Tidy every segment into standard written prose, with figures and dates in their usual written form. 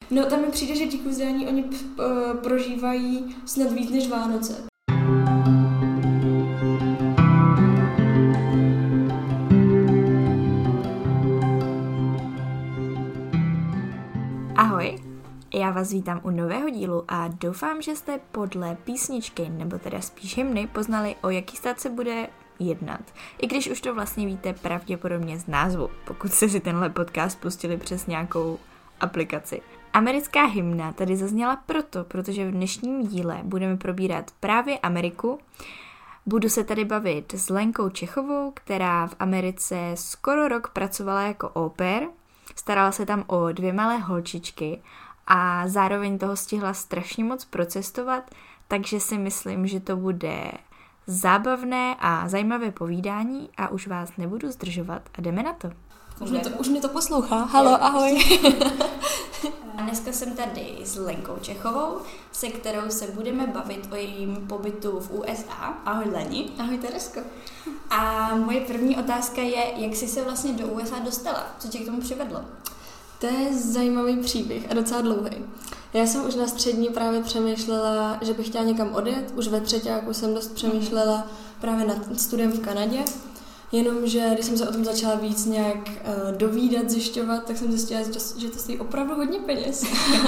No tam mi přijde, že díky vzdání oni prožívají snad víc než Vánoce. Ahoj, já vás vítám u nového dílu a doufám, že jste podle písničky, nebo teda spíš hymny, poznali, o jaký stát se bude jednat. I když už to vlastně víte pravděpodobně z názvu, pokud jste si tenhle podcast pustili přes nějakou aplikaci. Americká hymna tady zazněla protože v dnešním díle budeme probírat právě Ameriku. Budu se tady bavit s Lenkou Čechovou, která v Americe skoro rok pracovala jako au pair, starala se tam o 2 malé holčičky a zároveň toho stihla strašně moc procestovat, takže si myslím, že to bude zábavné a zajímavé povídání a už vás nebudu zdržovat a jdeme na to. Už mě to poslouchá. Halo, ahoj. A dneska jsem tady s Lenkou Čechovou, se kterou se budeme bavit o jejím pobytu v USA. Ahoj Leni. Ahoj Teresko. A moje první otázka je, jak jsi se vlastně do USA dostala? Co tě k tomu přivedlo? To je zajímavý příběh a docela dlouhý. Já jsem už na střední právě přemýšlela, že bych chtěla někam odjet. Už ve třeťáku jsem dost přemýšlela právě nad studiem v Kanadě. Jenomže když jsem se o tom začala víc nějak dovídat, zjišťovat, tak jsem zjistila, že to stojí opravdu hodně peněz.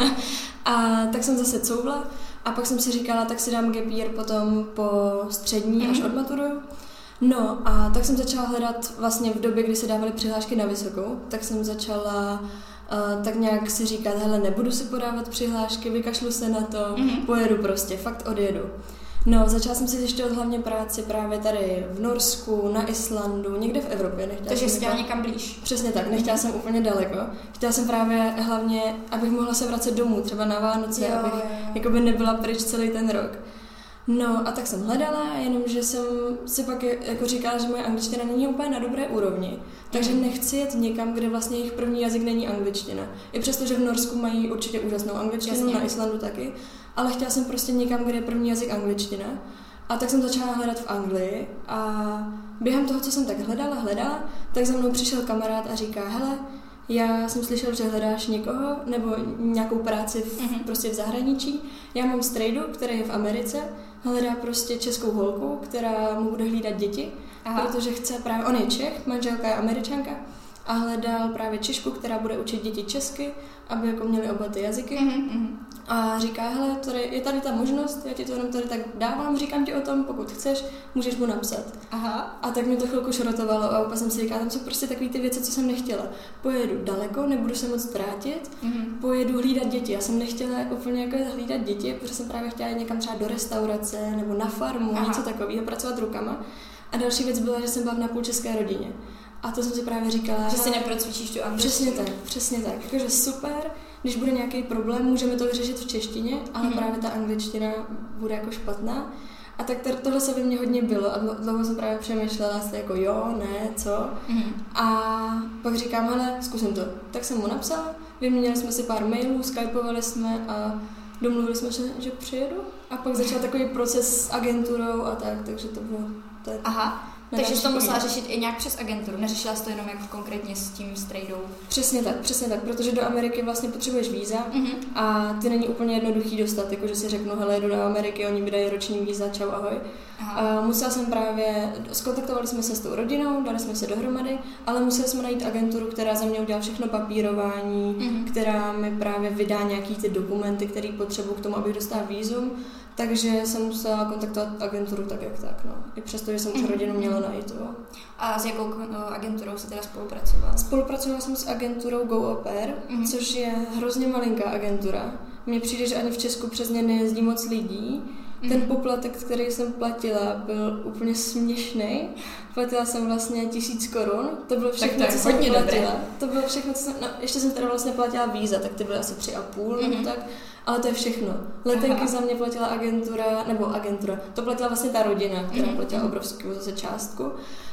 A tak jsem zase couvla a pak jsem si říkala, tak si dám gap year potom po střední, až odmaturuju. No a tak jsem začala hledat vlastně v době, kdy se dávaly přihlášky na vysokou, tak jsem začala tak nějak si říkat, hele, nebudu si podávat přihlášky, vykašlu se na to, pojedu prostě, fakt odjedu. No, začala jsem si zjišťovat hlavně práci právě tady v Norsku, na Islandu, někde v Evropě. Takže jsi chtěla někam blíž. Přesně tak, nechtěla jsem úplně daleko. Chtěla jsem právě hlavně, abych mohla se vracet domů, třeba na Vánoce, abych jakoby nebyla pryč celý ten rok. No a tak jsem hledala, jenomže jsem si pak jako říkala, že moje angličtina není úplně na dobré úrovni. Takže nechci jet někam, kde vlastně jejich první jazyk není angličtina. I přesto, že v Norsku mají určitě úžasnou angličtinu, jasně. Na Islandu taky. Ale chtěla jsem prostě někam, kde je první jazyk angličtina. A tak jsem začala hledat v Anglii a během toho, co jsem tak hledala, tak za mnou přišel kamarád a říká, hele, já jsem slyšel, že hledáš někoho nebo nějakou práci prostě v zahraničí. Já mám strejdu, který je v Americe, hledá prostě českou holku, která mu bude hlídat děti, protože chce právě, on je Čech, manželka je Američanka a hledal právě Češku, která bude učit děti česky, aby jako měli oba ty jazyky. A říká, hele, tady je tady ta možnost, já ti to jenom tady tak dávám, říkám ti o tom, pokud chceš, můžeš mu napsat. A tak mě to chvilku šrotovalo a opět jsem si říkala, tam jsou prostě takové ty věci, co jsem nechtěla. Pojedu daleko, nebudu se moc vrátit, pojedu hlídat děti. Já jsem nechtěla úplně jako hlídat děti, protože jsem právě chtěla jít někam třeba do restaurace nebo na farmu, něco takového, pracovat rukama. A další věc byla, že jsem byla v napůl české rodině. A to jsem si právě říkala, že si neprocvičíš tu angličtinu. Přesně tak. Jakože super, když bude nějaký problém, můžeme to vyřešit v češtině, ale právě ta angličtina bude jako špatná. A tak tohle se ve mně hodně bylo a dlouho jsem právě přemýšlela si jako jo, ne, co. A pak říkám, hele, zkusím to. Tak jsem mu napsala, vyměnili jsme si pár mailů, skypovali jsme a domluvili jsme se, že přijedu. A pak začal takový proces s agenturou a tak, takže to bylo... Takže jsi to musela řešit i nějak přes agenturu, neřešila jsi to jenom jako konkrétně s tím strejdou? Přesně tak, protože do Ameriky vlastně potřebuješ víza a ty není úplně jednoduchý dostat, jakože si řeknu, hele, jedu do Ameriky, oni mi dají roční víza, čau, ahoj. Musela jsem právě, skontaktovali jsme se s tou rodinou, dali jsme se dohromady, ale museli jsme najít agenturu, která za mě udělá všechno papírování, která mi právě vydá nějaký ty dokumenty, které potřebuji k tomu, abych dostala vízum. Takže jsem musela kontaktovat agenturu tak, jak tak, no. I přesto, že jsem už rodinu měla najít, jo. A s jakou agenturou se teda spolupracovala? Spolupracovala jsem s agenturou Go Au Pair, což je hrozně malinká agentura. Mně přijde, že ani v Česku přes ně nejezdí moc lidí. Ten poplatek, který jsem platila, byl úplně směšný. Platila jsem vlastně 1000 korun. To bylo všechno, co jsem platila. To bylo všechno, co jsem... No, ještě jsem teda vlastně platila víza, tak ty byly asi 3,5 nebo tak. Ale to je všechno. Letenky za mě platila agentura, to platila vlastně ta rodina, která platila obrovskou zase částku.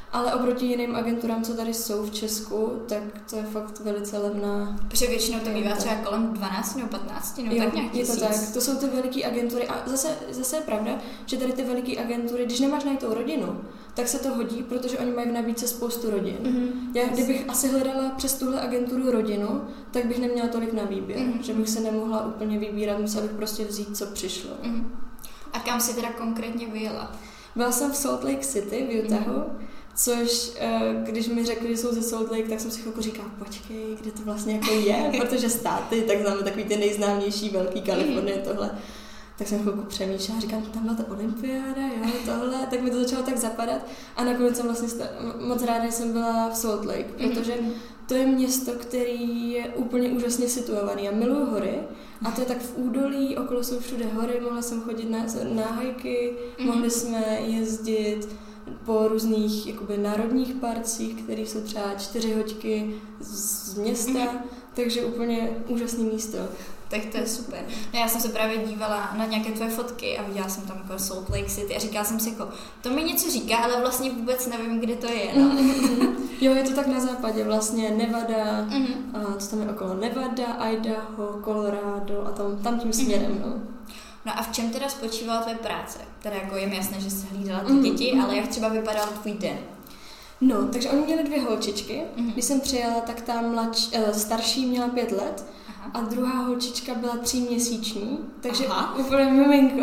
ale oproti jiným agenturám, co tady jsou v Česku, tak to je fakt velice levná. Protože většinou to bývá třeba kolem 12 nebo 15, nebo jo, tak nějak je to tak. To jsou ty veliké agentury a zase je pravda, že tady ty veliké agentury, když nemáš najitou rodinu, tak se to hodí, protože oni mají v nabídce spoustu rodin. Já kdybych asi hledala přes tuhle agenturu rodinu, tak bych neměla tolik na výběr, že bych se nemohla úplně vybírat, musela bych prostě vzít, co přišlo. A kam jsi teda konkrétně vyjela? Byla jsem v Salt Lake City v Utahu, což když mi řekli, že jsou ze Salt Lake, tak jsem si chvilku říkala, počkej, kde to vlastně jako je, protože státy, tak známe takový ty nejznámější, velký Kalifornie, tohle. Tak jsem chvilku přemýšlela a říkám, tam byla ta olympiáda, jo, tohle, tak mi to začalo tak zapadat a nakonec jsem vlastně moc ráda, že jsem byla v Salt Lake, protože to je město, který je úplně úžasně situovaný. Já miluju hory a to je tak v údolí, okolo jsou všude hory, mohla jsem chodit na hajky, mohli jsme jezdit po různých jakoby národních parcích, které jsou třeba 4 hoďky z města, takže úplně úžasné místo. Tak to je super. No já jsem se právě dívala na nějaké tvoje fotky a viděla jsem tam jako Salt Lake City a říkala jsem si jako, to mi něco říká, ale vlastně vůbec nevím, kde to je. No. Jo, je to tak na západě, vlastně Nevada, a co tam je okolo Nevada, Idaho, Colorado a tam tím směrem, no. No a v čem teda spočívala tvoje práce? Teda jako je mi jasné, že jsi hlídala ty děti, ale jak třeba vypadal tvůj den? No, takže oni měli 2 holčičky. Když jsem přijela, tak ta starší měla 5 let a druhá holčička byla 3měsíční, takže úplně miminko,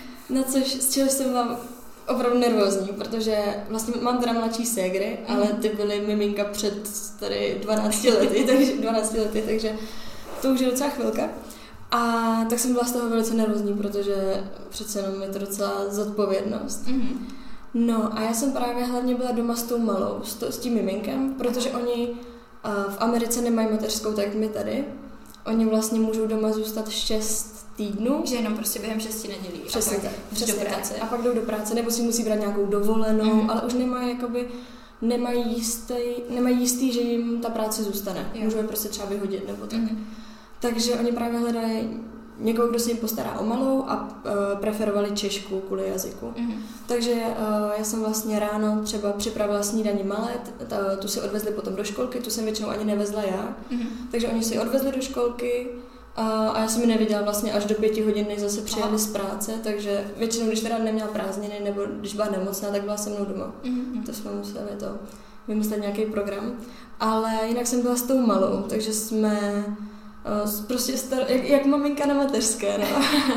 z čeho jsem byla opravdu nervózní, protože vlastně mám teda mladší ségry, ale ty byly miminka před tady 12 lety, takže to už je docela chvilka. A tak jsem byla z toho velice nervózní, protože přece jenom je to docela zodpovědnost. No a já jsem právě hlavně byla doma s tou malou, s tím miminkem, protože oni v Americe nemají mateřskou, tak jak my tady. Oni vlastně můžou doma zůstat 6 týdnů. Že jenom prostě během 6 nedělí. Přesně tak. Přesně do práce. A pak jdou do práce, nebo si musí brát nějakou dovolenou, ale už nemají jistý, že jim ta práce zůstane. Můžou je prostě třeba vyhodit nebo tak. Takže oni právě hledají někoho, kdo se jim postará o malou a preferovali češku kvůli jazyku. Takže já jsem vlastně ráno třeba připravila snídani malé, tu si odvezli potom do školky, tu jsem většinou ani nevezla já. Takže oni si odvezli do školky a já jsem ji neviděla vlastně až do 5 hodin, než zase přijeli z práce, takže většinou, když teda neměla prázdniny nebo když byla nemocná, tak byla se mnou doma. To jsme museli vymyslet nějaký program. Ale jinak jsem byla s tou malou, takže jsme prostě jak maminka na mateřské, no.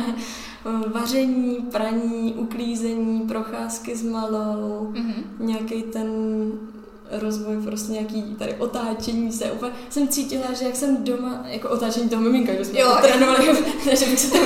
Vaření, praní, uklízení, procházky s malou, nějaký ten rozvoj, prostě nějaký tady otáčení se. Úplně jsem cítila, že jak jsem doma, jako otáčení toho miminka, že jsme trénovali, ne, že bych se to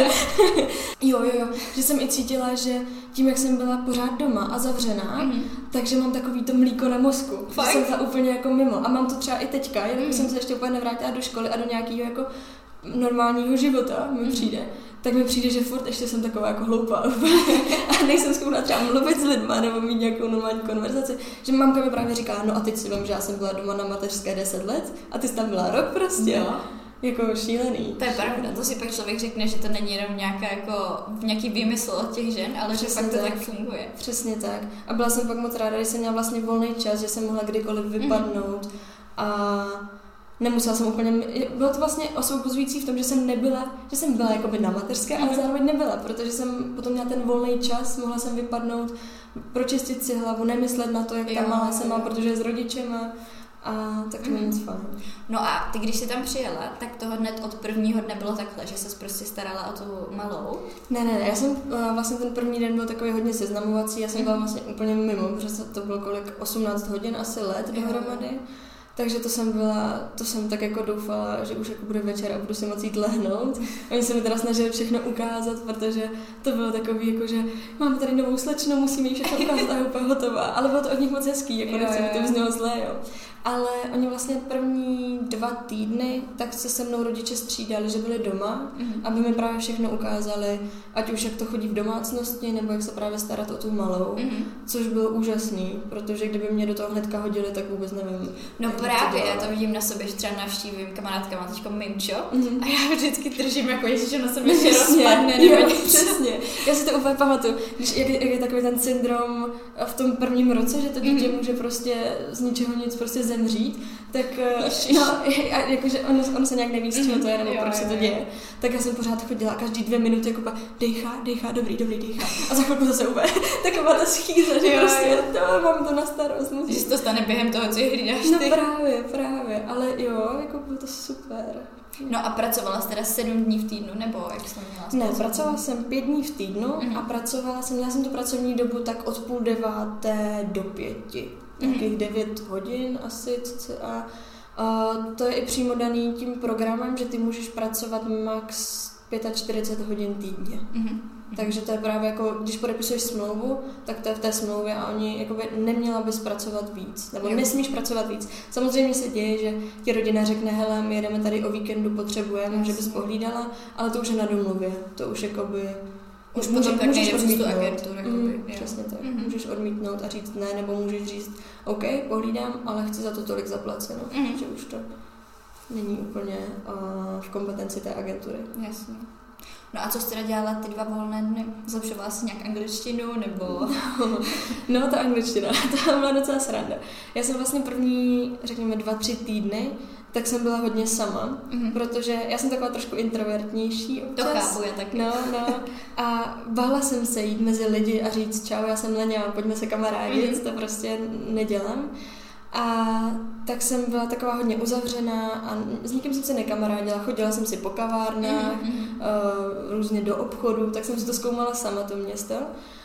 Jo, že jsem i cítila, že tím, jak jsem byla pořád doma a zavřená, takže mám takový to mlíko na mozku. Že jsem byla úplně jako mimo. A mám to třeba i teďka, jelikož jsem se ještě úplně nevrátila do školy a do nějakého jako normálního života mi přijde, tak mi přijde, že furt ještě jsem taková jako hloupá a nejsem schopná třeba mluvit s lidma nebo mít nějakou normální konverzaci. Že mamka mi právě říká, no a teď si vím, že já jsem byla doma na mateřské 10 let a ty jsi tam byla rok prostě. No. Jako šílený. To je pravda, to si pak člověk řekne, že to není jenom nějaký výmysl od těch žen, ale že fakt to tak funguje. Přesně tak. A byla jsem pak moc ráda, že jsem měla vlastně volný čas, že jsem mohla kdykoliv vypadnout a nemusela jsem úplně, bylo to vlastně osvobozující v tom, že jsem byla jakoby na mateřské, ale zároveň nebyla, protože jsem potom měla ten volný čas, mohla jsem vypadnout, pročistit si hlavu, nemyslet na to, jak ta malá se má, protože je s rodičema. A tak to je moc fajn. No a ty, když jsi tam přijela, tak toho hned od prvního dne bylo takhle, že ses prostě starala o tu malou? Ne, já jsem vlastně ten první den byl takový hodně seznamovací, já jsem byla vlastně úplně mimo, protože to bylo 18 hodin, asi let dohromady. Takže to jsem tak jako doufala, že už jako bude večer a budu si moci jít lehnout. Oni se mi teda snažili všechno ukázat, protože to bylo takový jako, že mám tady novou slečnu, musíme jí všechno ukázat a je úplně hotová. Ale bylo to od nich moc hezký, jako nechci, to vyznělo zlé, jo. ale oni vlastně první 2 týdny tak se mnou rodiče střídali, že byli doma, aby mi právě všechno ukázali, ať už jak to chodí v domácnosti, nebo jak se právě starat o tu malou, což bylo úžasný, protože kdyby mě do toho hnedka hodili, tak vůbec nevím. No právě, já to vidím na sobě, že třeba navštívím kamarádka, má teďko mimčo a já vždycky držím jako ježiš, na sobě se rozpadne. Jo, přesně. Já si to úplně pamatuju, když jak je takový ten syndrom v tom prvním roce, že to dítě může prostě z ničeho nic prostě zemřít, tak jakože ono se nějak neví, z čeho to je, nebo proč se to děje. Tak já jsem pořád chodila každý 2 minuty jako dejchá, dobrý, dejchá. A za chvilku zase úplně taková ta schýza, že prostě mám to na starost. Že se to stane během toho, co je hlídáš ty. No právě, ale jo, jako bylo to super. No a pracovala jsi teda 7 dní v týdnu, nebo jak jsi to měla? Ne, pracovala jsem 5 dní v týdnu a měla jsem tu pracovní dobu tak od 8:30 do 5. Takových 9 hodin asi cca. A to je i přímo daný tím programem, že ty můžeš pracovat max 45 hodin týdně. Takže to je právě jako, když podepisuješ smlouvu, tak to je v té smlouvě a oni jakoby neměla bys pracovat víc, nebo nesmíš pracovat víc. Samozřejmě se děje, že ti rodina řekne, hele, my jedeme tady o víkendu, potřebujeme, že bys pohlídala, ale to už je na domluvě, to už jakoby... Už můžeš odmítnout. Přesně tak. Můžeš odmítnout a říct ne, nebo můžeš říct, OK, pohlídám, ale chci za to tolik zaplaceno, že už to není úplně v kompetenci té agentury. Jasně. No a co jsi teda dělala ty 2 volné dny? Zlepšovala jsi nějak angličtinu, nebo... No, ta angličtina, to byla docela sranda. Já jsem vlastně první, řekněme 2-3 týdny, tak jsem byla hodně sama, protože já jsem taková trošku introvertnější občas. To chápu, já taky. No. A bála jsem se jít mezi lidi a říct čau, já jsem Leňa, pojďme se kamarádit, to prostě nedělám. A tak jsem byla taková hodně uzavřená a s nikým jsem se nekamarádila, chodila jsem si po kavárnách, různě do obchodu, tak jsem si to zkoumala sama, to město.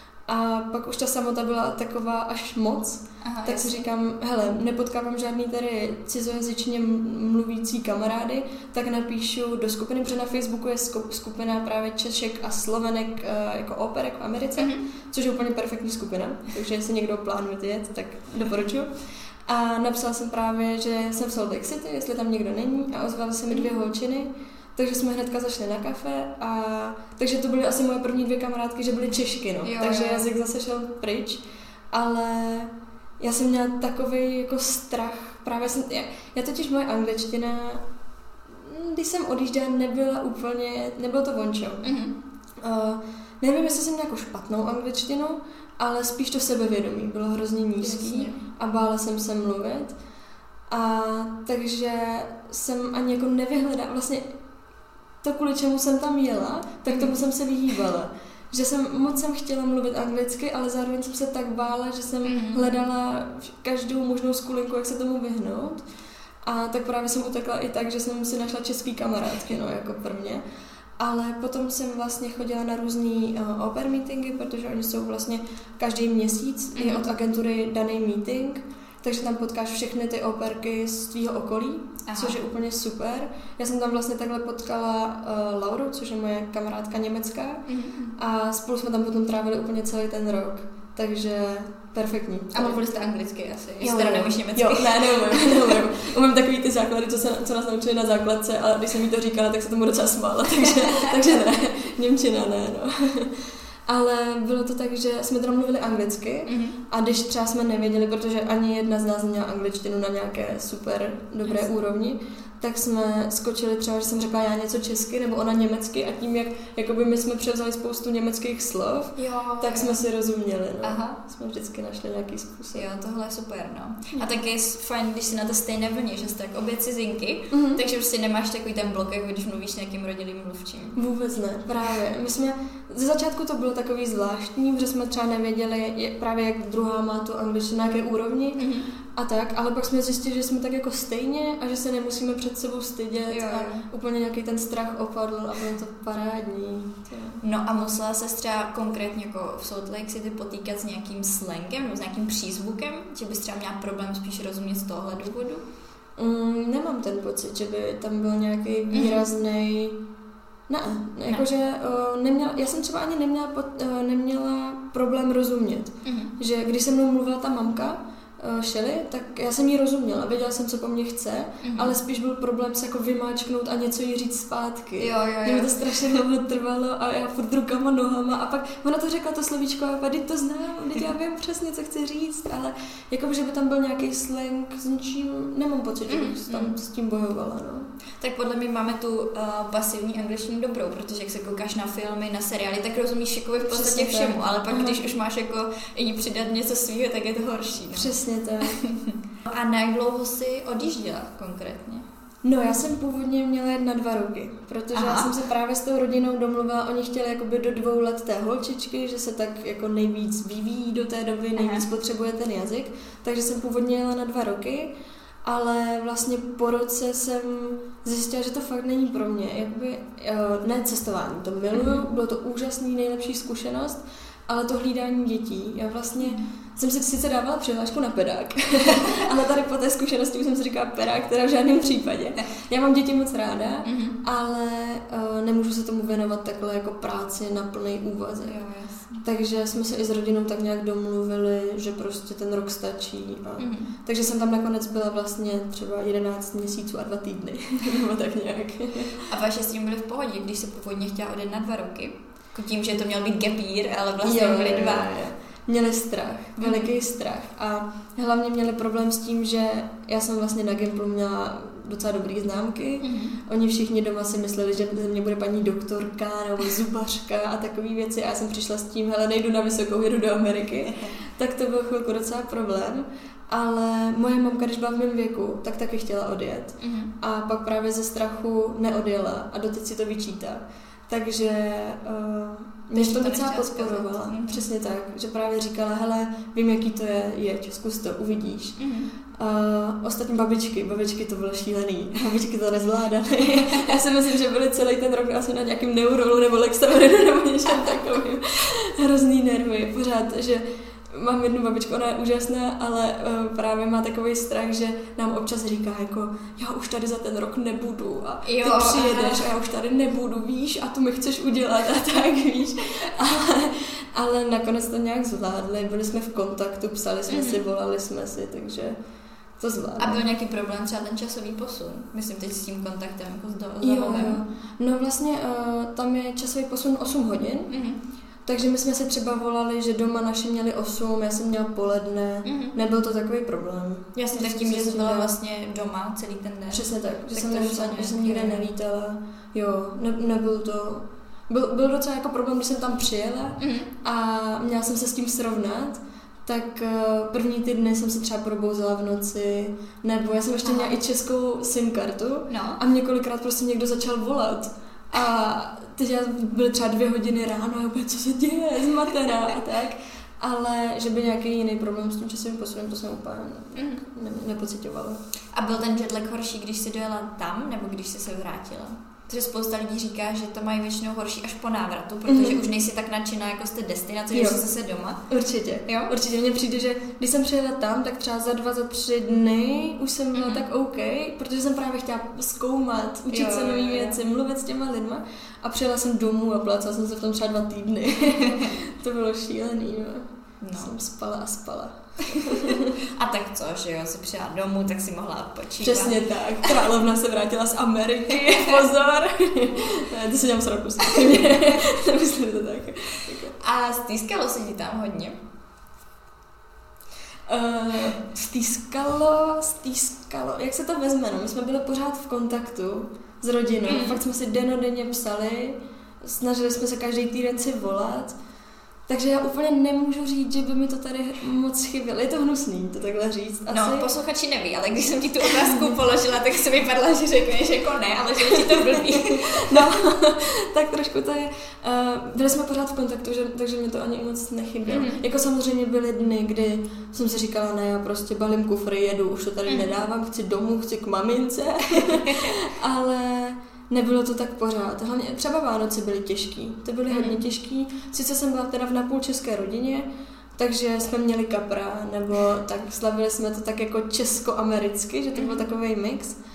A pak už ta samota byla taková až moc, tak si říkám, hele, nepotkávám žádný tady cizojazyčně mluvící kamarády, tak napíšu do skupiny, protože na Facebooku je skupina právě Češek a Slovenek jako operek v Americe, což je úplně perfektní skupina, takže jestli někdo plánuje jet, tak doporučuji. A napsala jsem právě, že jsem v Salt Lake City, jestli tam někdo není, a ozvaly se mi 2 holčiny, takže jsme hnedka zašli na kafe a takže to byly asi moje první 2 kamarádky, že byly Češky, no. Takže jazyk zase šel pryč, ale já jsem měla takový jako strach, právě já totiž moje angličtina, když jsem odjížděla, nebylo to vončo. Nevím, jestli jsem měla jako špatnou angličtinu, ale spíš to sebevědomí bylo hrozně nízký a bála jsem se mluvit. A takže jsem ani jako nevyhledala, vlastně to, kvůli čemu jsem tam jela, tak tomu jsem se vyhýbala. Že moc jsem chtěla mluvit anglicky, ale zároveň jsem se tak bála, že jsem hledala každou možnou skulinku, jak se tomu vyhnout. A tak právě jsem utekla i tak, že jsem si našla český kamarádky, no, jako prvně. Ale potom jsem vlastně chodila na různý oper meetingy, protože oni jsou vlastně každý měsíc je od agentury daný meeting, takže tam potkáš všechny ty operky z tvýho okolí, což je úplně super. Já jsem tam vlastně takhle potkala Lauru, což je moje kamarádka německá, a spolu jsme tam potom trávili úplně celý ten rok. Takže perfektní. A mluvili jste anglicky asi? Jo, teda neumíš německy? Jo, neumím. Umím takový ty základy, co nás naučili na základce, ale když jsem jí to říkala, tak se tomu docela smála, takže ne. Němčina ne, no. Ale bylo to tak, že jsme tam mluvili anglicky a když třeba jsme nevěděli, protože ani jedna z nás neměla angličtinu na nějaké super dobré úrovni, tak jsme skočili třeba, že jsem řekla já něco česky nebo ona německy a tím, jak jakoby my jsme převzali spoustu německých slov, tak jsme si rozuměli. No. Jsme vždycky našli nějaký způsob. Jo, tohle je super, no. A taky je fajn, když jsi na té stejné vlně, že jste tak obě cizinky, takže prostě nemáš takový ten blok, jako když mluvíš s nějakým rodilým mluvčím. Vůbec ne, právě. My jsme, ze začátku to bylo takový zvláštní, protože jsme třeba nevěděli právě, jak druhá má tu angličtinu, na jaké úrovni a tak, ale pak jsme zjistili, že jsme tak jako stejně a že se nemusíme před sebou stydět a úplně nějaký ten strach opadl a bylo to parádní. No a musela se třeba konkrétně jako v Salt Lake City potýkat s nějakým slangem nebo s nějakým přízvukem, že bys třeba měla problém spíš rozumět z tohle důvodu? Nemám ten pocit, že by tam byl nějaký výrazný. Ne, jakože já jsem třeba ani neměla problém rozumět, že když se mnou mluvila ta mamka šeli, tak já jsem jí rozuměla, věděla jsem, co po mně chce, ale spíš byl problém se jako vymáčknout a něco jí říct zpátky. Jo. Mě to strašně dlouho trvalo a já furt rukama, nohama a pak ona to řekla to slovíčko a teď to znám, teď já vím přesně, co chci říct, ale jako, že by tam byl nějaký slang s ničím, nemám pocit, že bych tam s tím bojovala, no. Tak podle mě máme tu pasivní angličtinu dobrou, protože jak se koukáš na filmy, na seriály, tak rozumíš jako v podstatě všemu, ale pak když už máš jako jí přidat něco svýho, tak je to horší. No. Přesně tak. A na jak dlouho jsi odjížděla konkrétně? No, já jsem původně měla jet na 2 roky, protože já jsem se právě s tou rodinou domluvila, oni chtěli jakoby do 2 let té holčičky, že se tak jako nejvíc vyvíjí do té doby, nejvíc potřebuje ten jazyk, takže jsem původně jela na 2 roky, ale vlastně po roce jsem zjistila, že to fakt není pro mě, jakoby, ne cestování, to miluju, bylo to úžasný, nejlepší zkušenost, ale to hlídání dětí, já vlastně jsem si sice dávala přihlášku na pedák, ale tady po té zkušenosti už jsem si říkala pedák, teda v žádném případě. Já mám děti moc ráda, ale nemůžu se tomu věnovat takhle jako práci na plný úvazek. Takže jsme se i s rodinou tak nějak domluvili, že prostě ten rok stačí. Takže jsem tam nakonec byla vlastně třeba 11 měsíců a 2 týdny. Nebo tak nějak. A vaše s tím byly v pohodě, když se původně chtěla odjet na 2 roky? Tím, že to měl být gap year, ale vlastně byly 2. Měli strach, veliký strach a hlavně měli problém s tím, že já jsem vlastně na Gimplu měla docela dobrý známky. Oni všichni doma si mysleli, že ze mě bude paní doktorka nebo zubařka a takové věci a já jsem přišla s tím, hele, nejdu na vysokou, jedu do Ameriky. Tak to byl chvilku docela problém. Ale moje mamka, když byla v mém věku, tak taky chtěla odjet. A pak právě ze strachu neodjela a doteď si to vyčítá. Takže mě to docela podporovala. Přesně tak, že právě říkala, hele, vím, jaký to je, jeď, zkus to, uvidíš. Ostatní babičky to bylo šílený, babičky to nezvládaly. Já si myslím, že byly celý ten rok asi na nějakým neurolu nebo Lexaverinu nebo něčem takovým. Hrozný nervy, pořád, že mám jednu babičku, ona je úžasná, ale právě má takový strach, že nám občas říká jako, já už tady za ten rok nebudu a ty přijedeš a já už tady nebudu, víš, a to mi chceš udělat a tak, víš. Ale nakonec to nějak zvládli, byli jsme v kontaktu, psali jsme si, volali jsme si, takže to zvládli. A byl nějaký problém třeba ten časový posun? Myslím teď s tím kontaktem jako s domovem. No vlastně tam je časový posun 8 hodin. Takže my jsme se třeba volali, že doma naši měli 8, já jsem měla poledne, nebyl to takový problém. Jasně, tak tím, že jsi byla vlastně doma celý ten den. Přesně tak, že jsem nikde nelítala, jo, nebyl to, byl docela jako problém, když jsem tam přijela a měla jsem se s tím srovnat, tak první týdny jsem se třeba probouzela v noci, nebo já jsem ještě měla i českou SIM kartu a mě kolikrát prostě někdo začal volat a teď byly třeba 2 hodiny ráno a úplně, co se děje, zmatená a tak. Ale že by nějaký jiný problém s tím časovým posunem, to jsem úplně nepocitovala. A byl ten jetlag horší, když jsi dojela tam, nebo když jsi se vrátila? Protože spousta lidí říká, že to mají většinou horší až po návratu, protože už nejsi tak nadšená jako z té destinace, že jsi zase doma. Určitě. Jo? Určitě mně přijde, že když jsem přijela tam, tak třeba za 2, za 3 dny už jsem byla tak OK, protože jsem právě chtěla zkoumat, učit se nové věci, mluvit s těma lidma a přijela jsem domů a plácala jsem se v tom třeba 2 týdny. To bylo šílený, no. Jsem spala a spala. A tak co, že jo, si přijela domů, tak si mohla odpočívat. Přesně tak, královna se vrátila z Ameriky, pozor. Ne, to si dělám srandu, nemyslím to tak. A stýskalo se ti tam hodně? Stýskalo, jak se to vezme, no, my jsme byli pořád v kontaktu s rodinou, fakt jsme si dennodenně psali, snažili jsme se každý týden si volat. Takže já úplně nemůžu říct, že by mi to tady moc chybělo. Je to hnusný to takhle říct. Asi... No, posluchači neví, ale když jsem ti tu otázku položila, tak se vypadla, že řekneš jako ne, ale že ti to blbý. No, tak trošku to je... byli jsme pořád v kontaktu, takže mi to ani moc nechybělo. Jako samozřejmě byly dny, kdy jsem si říkala, ne, já prostě balím kufry, jedu, už to tady nedávám, chci domů, chci k mamince. Ale... nebylo to tak pořád. Hlavně třeba Vánoce byly těžký. To byly hodně těžký. Sice jsem byla teda v napůl české rodině, takže jsme měli kapra, nebo tak slavili jsme to tak jako česko-americky, že to byl takovej mix.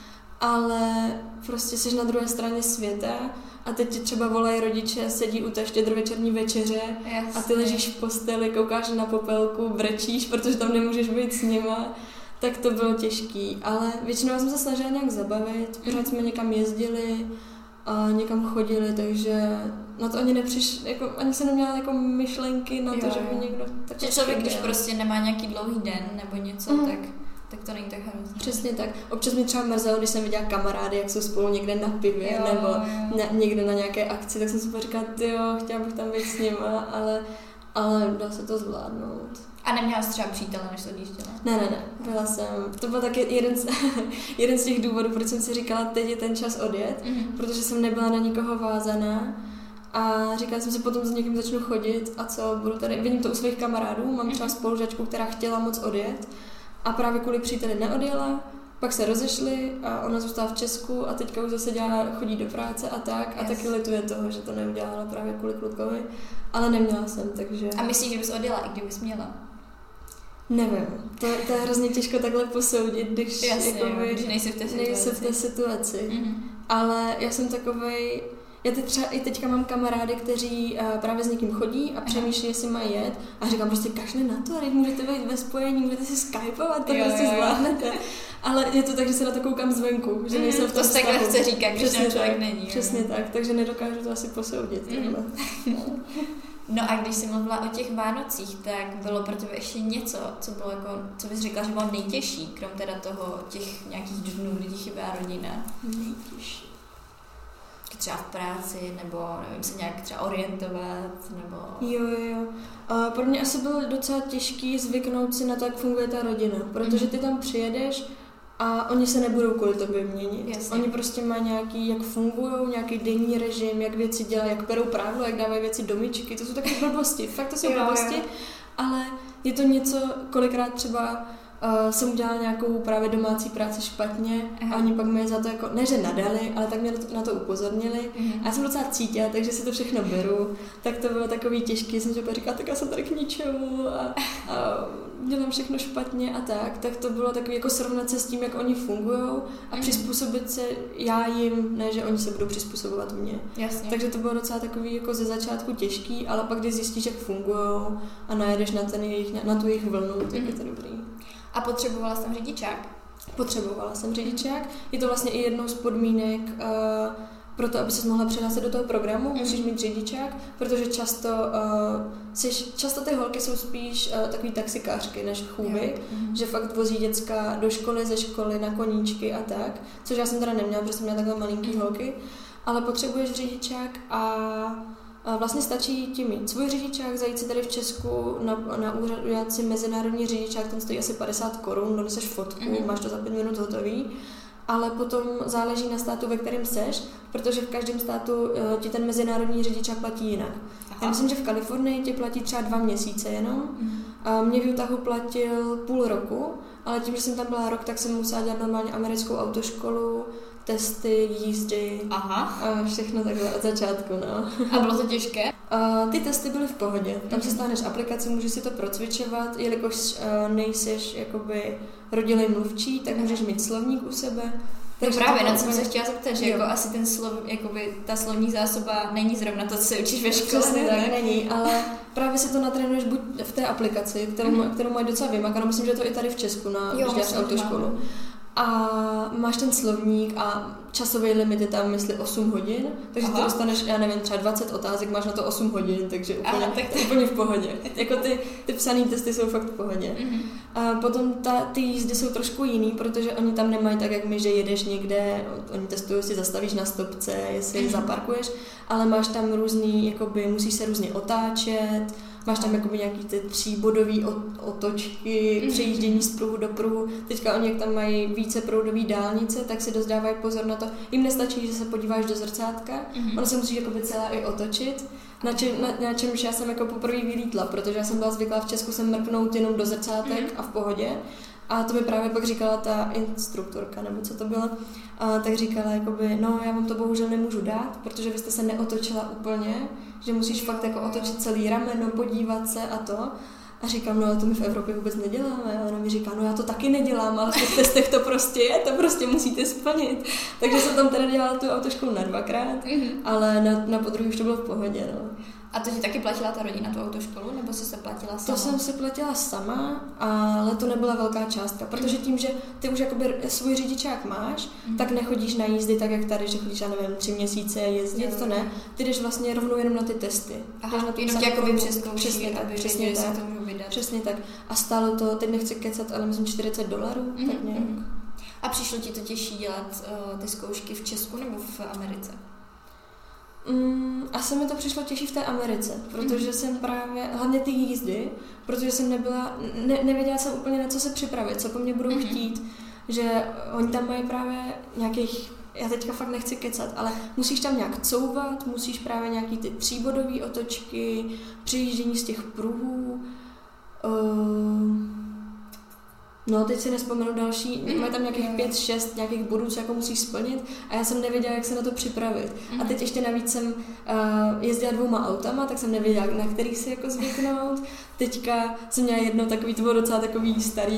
ale prostě jsi na druhé straně světa a teď ti třeba volají rodiče, sedí u té štědrovečerní večeře a ty ležíš v posteli, koukáš na popelku, brečíš, protože tam nemůžeš být s nima, tak to bylo těžký, ale většinou jsem se snažila nějak zabavit, pořád jsme někam jezdili a někam chodili, takže na to ani nepřišli, jako, ani jsem neměla jako myšlenky na to, že by někdo tak. Že člověk, když prostě nemá nějaký dlouhý den nebo něco, tak to není tak hrozné. Přesně tak. Občas mi třeba mrzelo, když jsem viděla kamarády, jak jsou spolu někde na pivě nebo někde na nějaké akci, tak jsem si říkala, chtěla bych tam být s nima, ale dá se to zvládnout. A neměla jsi třeba přítele, než to odjížděla? Ne, byla jsem. To byl taky jeden z těch důvodů, proč jsem si říkala, teď je ten čas odjet, protože jsem nebyla na nikoho vázaná a říkala jsem si, potom s někým začnu chodit a co, budu tady, vidím to u svých kamarádů, mám třeba spolužačku, která chtěla moc odjet a právě kvůli příteli neodjela, pak se rozešli a ona zůstala v Česku a teďka už zase chodí do práce a tak a taky lituje toho, že to neudělala právě kvůli klukovi, ale neměla jsem, takže. A myslíš, že bys odjela, i kdybys měla? Nevím, to je hrozně těžko takhle posoudit, když, když nejsi v té situaci. Ale já jsem takovej, já třeba i teďka mám kamarády, kteří právě s někým chodí a přemýšlí, jestli mají jet a říkám prostě kašli na to, teď můžete být ve spojení, můžete si skypovat, to prostě zvládnete. Ale je to tak, že se na to koukám zvenku, že nejsem v tom vztahu. To se takhle chce říkat, když ten člověk není. Přesně tak, takže nedokážu to asi posoudit. No a když jsi mluvila o těch Vánocích, tak bylo pro tebe ještě něco, co bylo jako, co bys řekla, že bylo nejtěžší, krom teda toho těch nějakých dnů, kdy ti chyběla rodina? Nejtěžší. Třeba v práci, nebo nevím, se nějak třeba orientovat, nebo. Jo. Pro mě asi bylo docela těžký zvyknout si na to, jak funguje ta rodina, protože ty tam přijedeš a oni se nebudou kvůli tobě měnit. Jasně. Oni prostě mají nějaký, jak fungujou, nějaký denní režim, jak věci dělají, jak berou prádlo, jak dávají věci do myčky, to jsou takové blbosti, fakt to jsou blbosti, ale je to něco, kolikrát třeba jsem udělala nějakou právě domácí práci špatně a oni pak mě za to jako, ne že nadali, ale tak mě na to upozornili a já jsem docela cítila, takže si to všechno beru, tak to bylo takový těžký, jsem si říkala, tak já jsem tady k ničemu a dělám všechno špatně a tak to bylo takový jako srovnat se s tím, jak oni fungujou a přizpůsobit se já jim, ne že oni se budou přizpůsobovat mně. Jasně. Takže to bylo docela takový jako ze začátku těžký, ale pak když zjistíš, jak fungujou a najedeš na tu jejich vlnu, tak je to dobrý. A potřebovala jsi tam řidičák? Potřebovala jsem řidičák. Je to vlastně i jednou z podmínek pro to, aby ses mohla přihlásit do toho programu, musíš mít řidičák, protože často ty holky jsou spíš takový taxikářky než chůvy, že fakt vozí děcka do školy, ze školy, na koníčky a tak, což já jsem teda neměla, protože jsem měla takhle malinký holky, ale potřebuješ řidičák a vlastně stačí ti mít svůj řidičák, zajít si tady v Česku na úřad, udělat si mezinárodní řidičák, ten stojí asi 50 korun, doneseš fotku, máš to za 5 minut hotový, ale potom záleží na státu, ve kterém seš, protože v každém státu ti ten mezinárodní řidičák platí jinak. Já myslím, že v Kalifornii ti platí třeba 2 měsíce jenom. Mě v Utahu platil půl roku, ale tím, že jsem tam byla rok, tak jsem musela dělat normálně americkou autoškolu, testy, jízdy a všechno takhle od začátku, no. A bylo to těžké? Ty testy byly v pohodě. Tam si stáhneš aplikaci, můžeš si to procvičovat, jelikož nejseš jakoby rodilý mluvčí, tak můžeš mít slovník u sebe. No právě, na co jsem se chtěla zeptat, že jako asi ta slovní zásoba není zrovna to, co se učíš ve škole. Přesně tak, není, ale právě si to natrénuješ buď v té aplikaci, kterou mají docela vymakanou, myslím, že je to i tady v Česku, když děláš autoškolu. A máš ten slovník a časový limit je tam, myslím, 8 hodin, takže ty dostaneš, já nevím, třeba 20 otázek, máš na to 8 hodin, takže úplně v pohodě. Jako ty psaný testy jsou fakt v pohodě. A potom ty jízdy jsou trošku jiný, protože oni tam nemají tak, jak my, že jedeš někde, oni testují, jestli zastavíš na stopce, jestli zaparkuješ, ale máš tam různý, jakoby musíš se různě otáčet, máš tam jakoby nějaký ty 3bodový otočky, přejíždění z pruhu do pruhu. Teďka oni, jak tam mají více proudový dálnice, tak si dost dávají pozor na to. Jim nestačí, že se podíváš do zrcátka, ono se musí jakoby celá i otočit. Na čemž já jsem jako poprvé vylítla, protože já jsem byla zvyklá v Česku se mrknout jenom do zrcátek a v pohodě. A to mi právě pak říkala ta instruktorka, nebo co to bylo, tak říkala jakoby, no já vám to bohužel nemůžu dát, protože vy jste se neotočila úplně, že musíš fakt jako otočit celý rameno, podívat se a to. A říkám, no to my v Evropě vůbec neděláme. A ona mi říká, no já to taky nedělám, ale v těch testech to prostě je, to prostě musíte splnit. Takže jsem tam teda dělala tu autoškolu na 2krát, ale na podruhé už to bylo v pohodě, no. A to ti taky platila ta rodina, tu autoškolu, nebo jsi se platila sama? To jsem se platila sama, ale to nebyla velká částka, protože tím, že ty už jakoby svůj řidičák máš, tak nechodíš na jízdy tak, jak tady, že chodíš, já nevím, 3 měsíce jezdit, to ne. Ty jdeš vlastně rovnou jenom na ty testy. Aha, na jenom tě jakoby přeskouší, přesně tak, to můžu vydat. Přesně tak. A stálo to, teď nechci kecat, ale myslím $40, tak nějak. A přišlo ti to těžší dělat ty zkoušky v Česku nebo v Americe? Asi mi to přišlo těžší v té Americe, protože jsem právě, hlavně ty jízdy, protože jsem nevěděla jsem úplně na co se připravit, co po mně budou chtít, že oni tam mají právě nějakých, já teďka fakt nechci kecat, ale musíš tam nějak couvat, musíš právě nějaký ty 3bodové otočky, přijíždění z těch pruhů, no, teď si nespomenu další, mají tam nějakých 5-6 nějakých bodů, co jako musíš splnit a já jsem nevěděla, jak se na to připravit. A teď ještě navíc jsem jezdila 2 autama, tak jsem nevěděla, na který si jako zvyknout. Teďka jsem měla jedno takový, to bylo docela takový starý,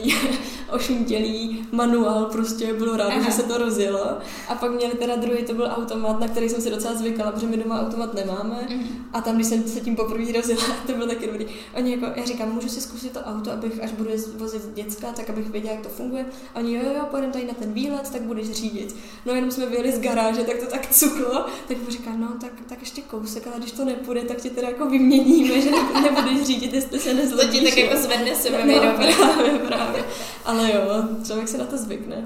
ošuntělý manuál, prostě bylo rádo, že se to rozjelo. A pak měli teda druhý, to byl automat, na který jsem si docela zvykala, protože my doma automat nemáme. A tam, když jsem se tím poprvé rozjela, to bylo taky dobrý. Oni jako, já říkám, můžu si zkusit to auto, abych, až budu vozit děcka, tak abych věděla, jak to funguje. A oni, jo, pojedeme tady na ten výlet, tak budeš řídit. No jenom jsme vyjeli z garáže, tak to tak cuklo, tak mu říkám, no tak ještě kousek, ale když to nepůjde, tak ti teda jako vyměníme, že nebudeš řídit, jestli se nezlobíš. To ti tak jako zvedne sebe. Právě. Ale jo, člověk se na to zvykne.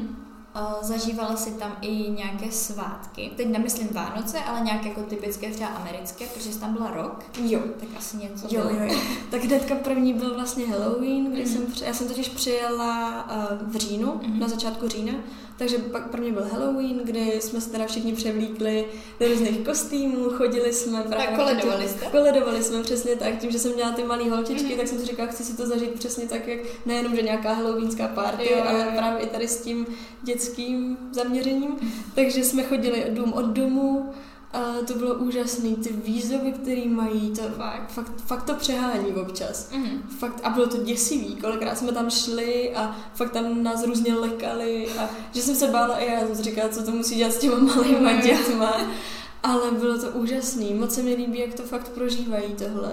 Zažívala si tam i nějaké svátky. Teď nemyslím Vánoce, ale nějaké jako typické třeba americké, protože jsi tam byla rok. Jo. Tak asi něco jo. Tak hnedka první byl vlastně Halloween, kdy já jsem totiž přijela v říjnu, na začátku října, takže pak první byl Halloween, kdy jsme se teda všichni převlíkli do různých kostýmů, chodili jsme právě. Tak koledovali jste? Koledovali jsme přesně tak, tím, že jsem měla ty malé holčičky, tak jsem si říkala, chci si to zažít přesně tak, jak nejenom, že nějaká halloweenská party, ale právě i tady s tím dětským zaměřením. Takže jsme chodili dům od domu, a to bylo úžasný, ty výzvy, které mají, to fakt to přehání občas. Fakt, a bylo to děsivý, kolikrát jsme tam šli a fakt tam nás různě lekali a že jsem se bála i já jsem si říkala, co to musí dělat s těma malýma dětma. Ale bylo to úžasný, moc se mi líbí, jak to fakt prožívají tohle.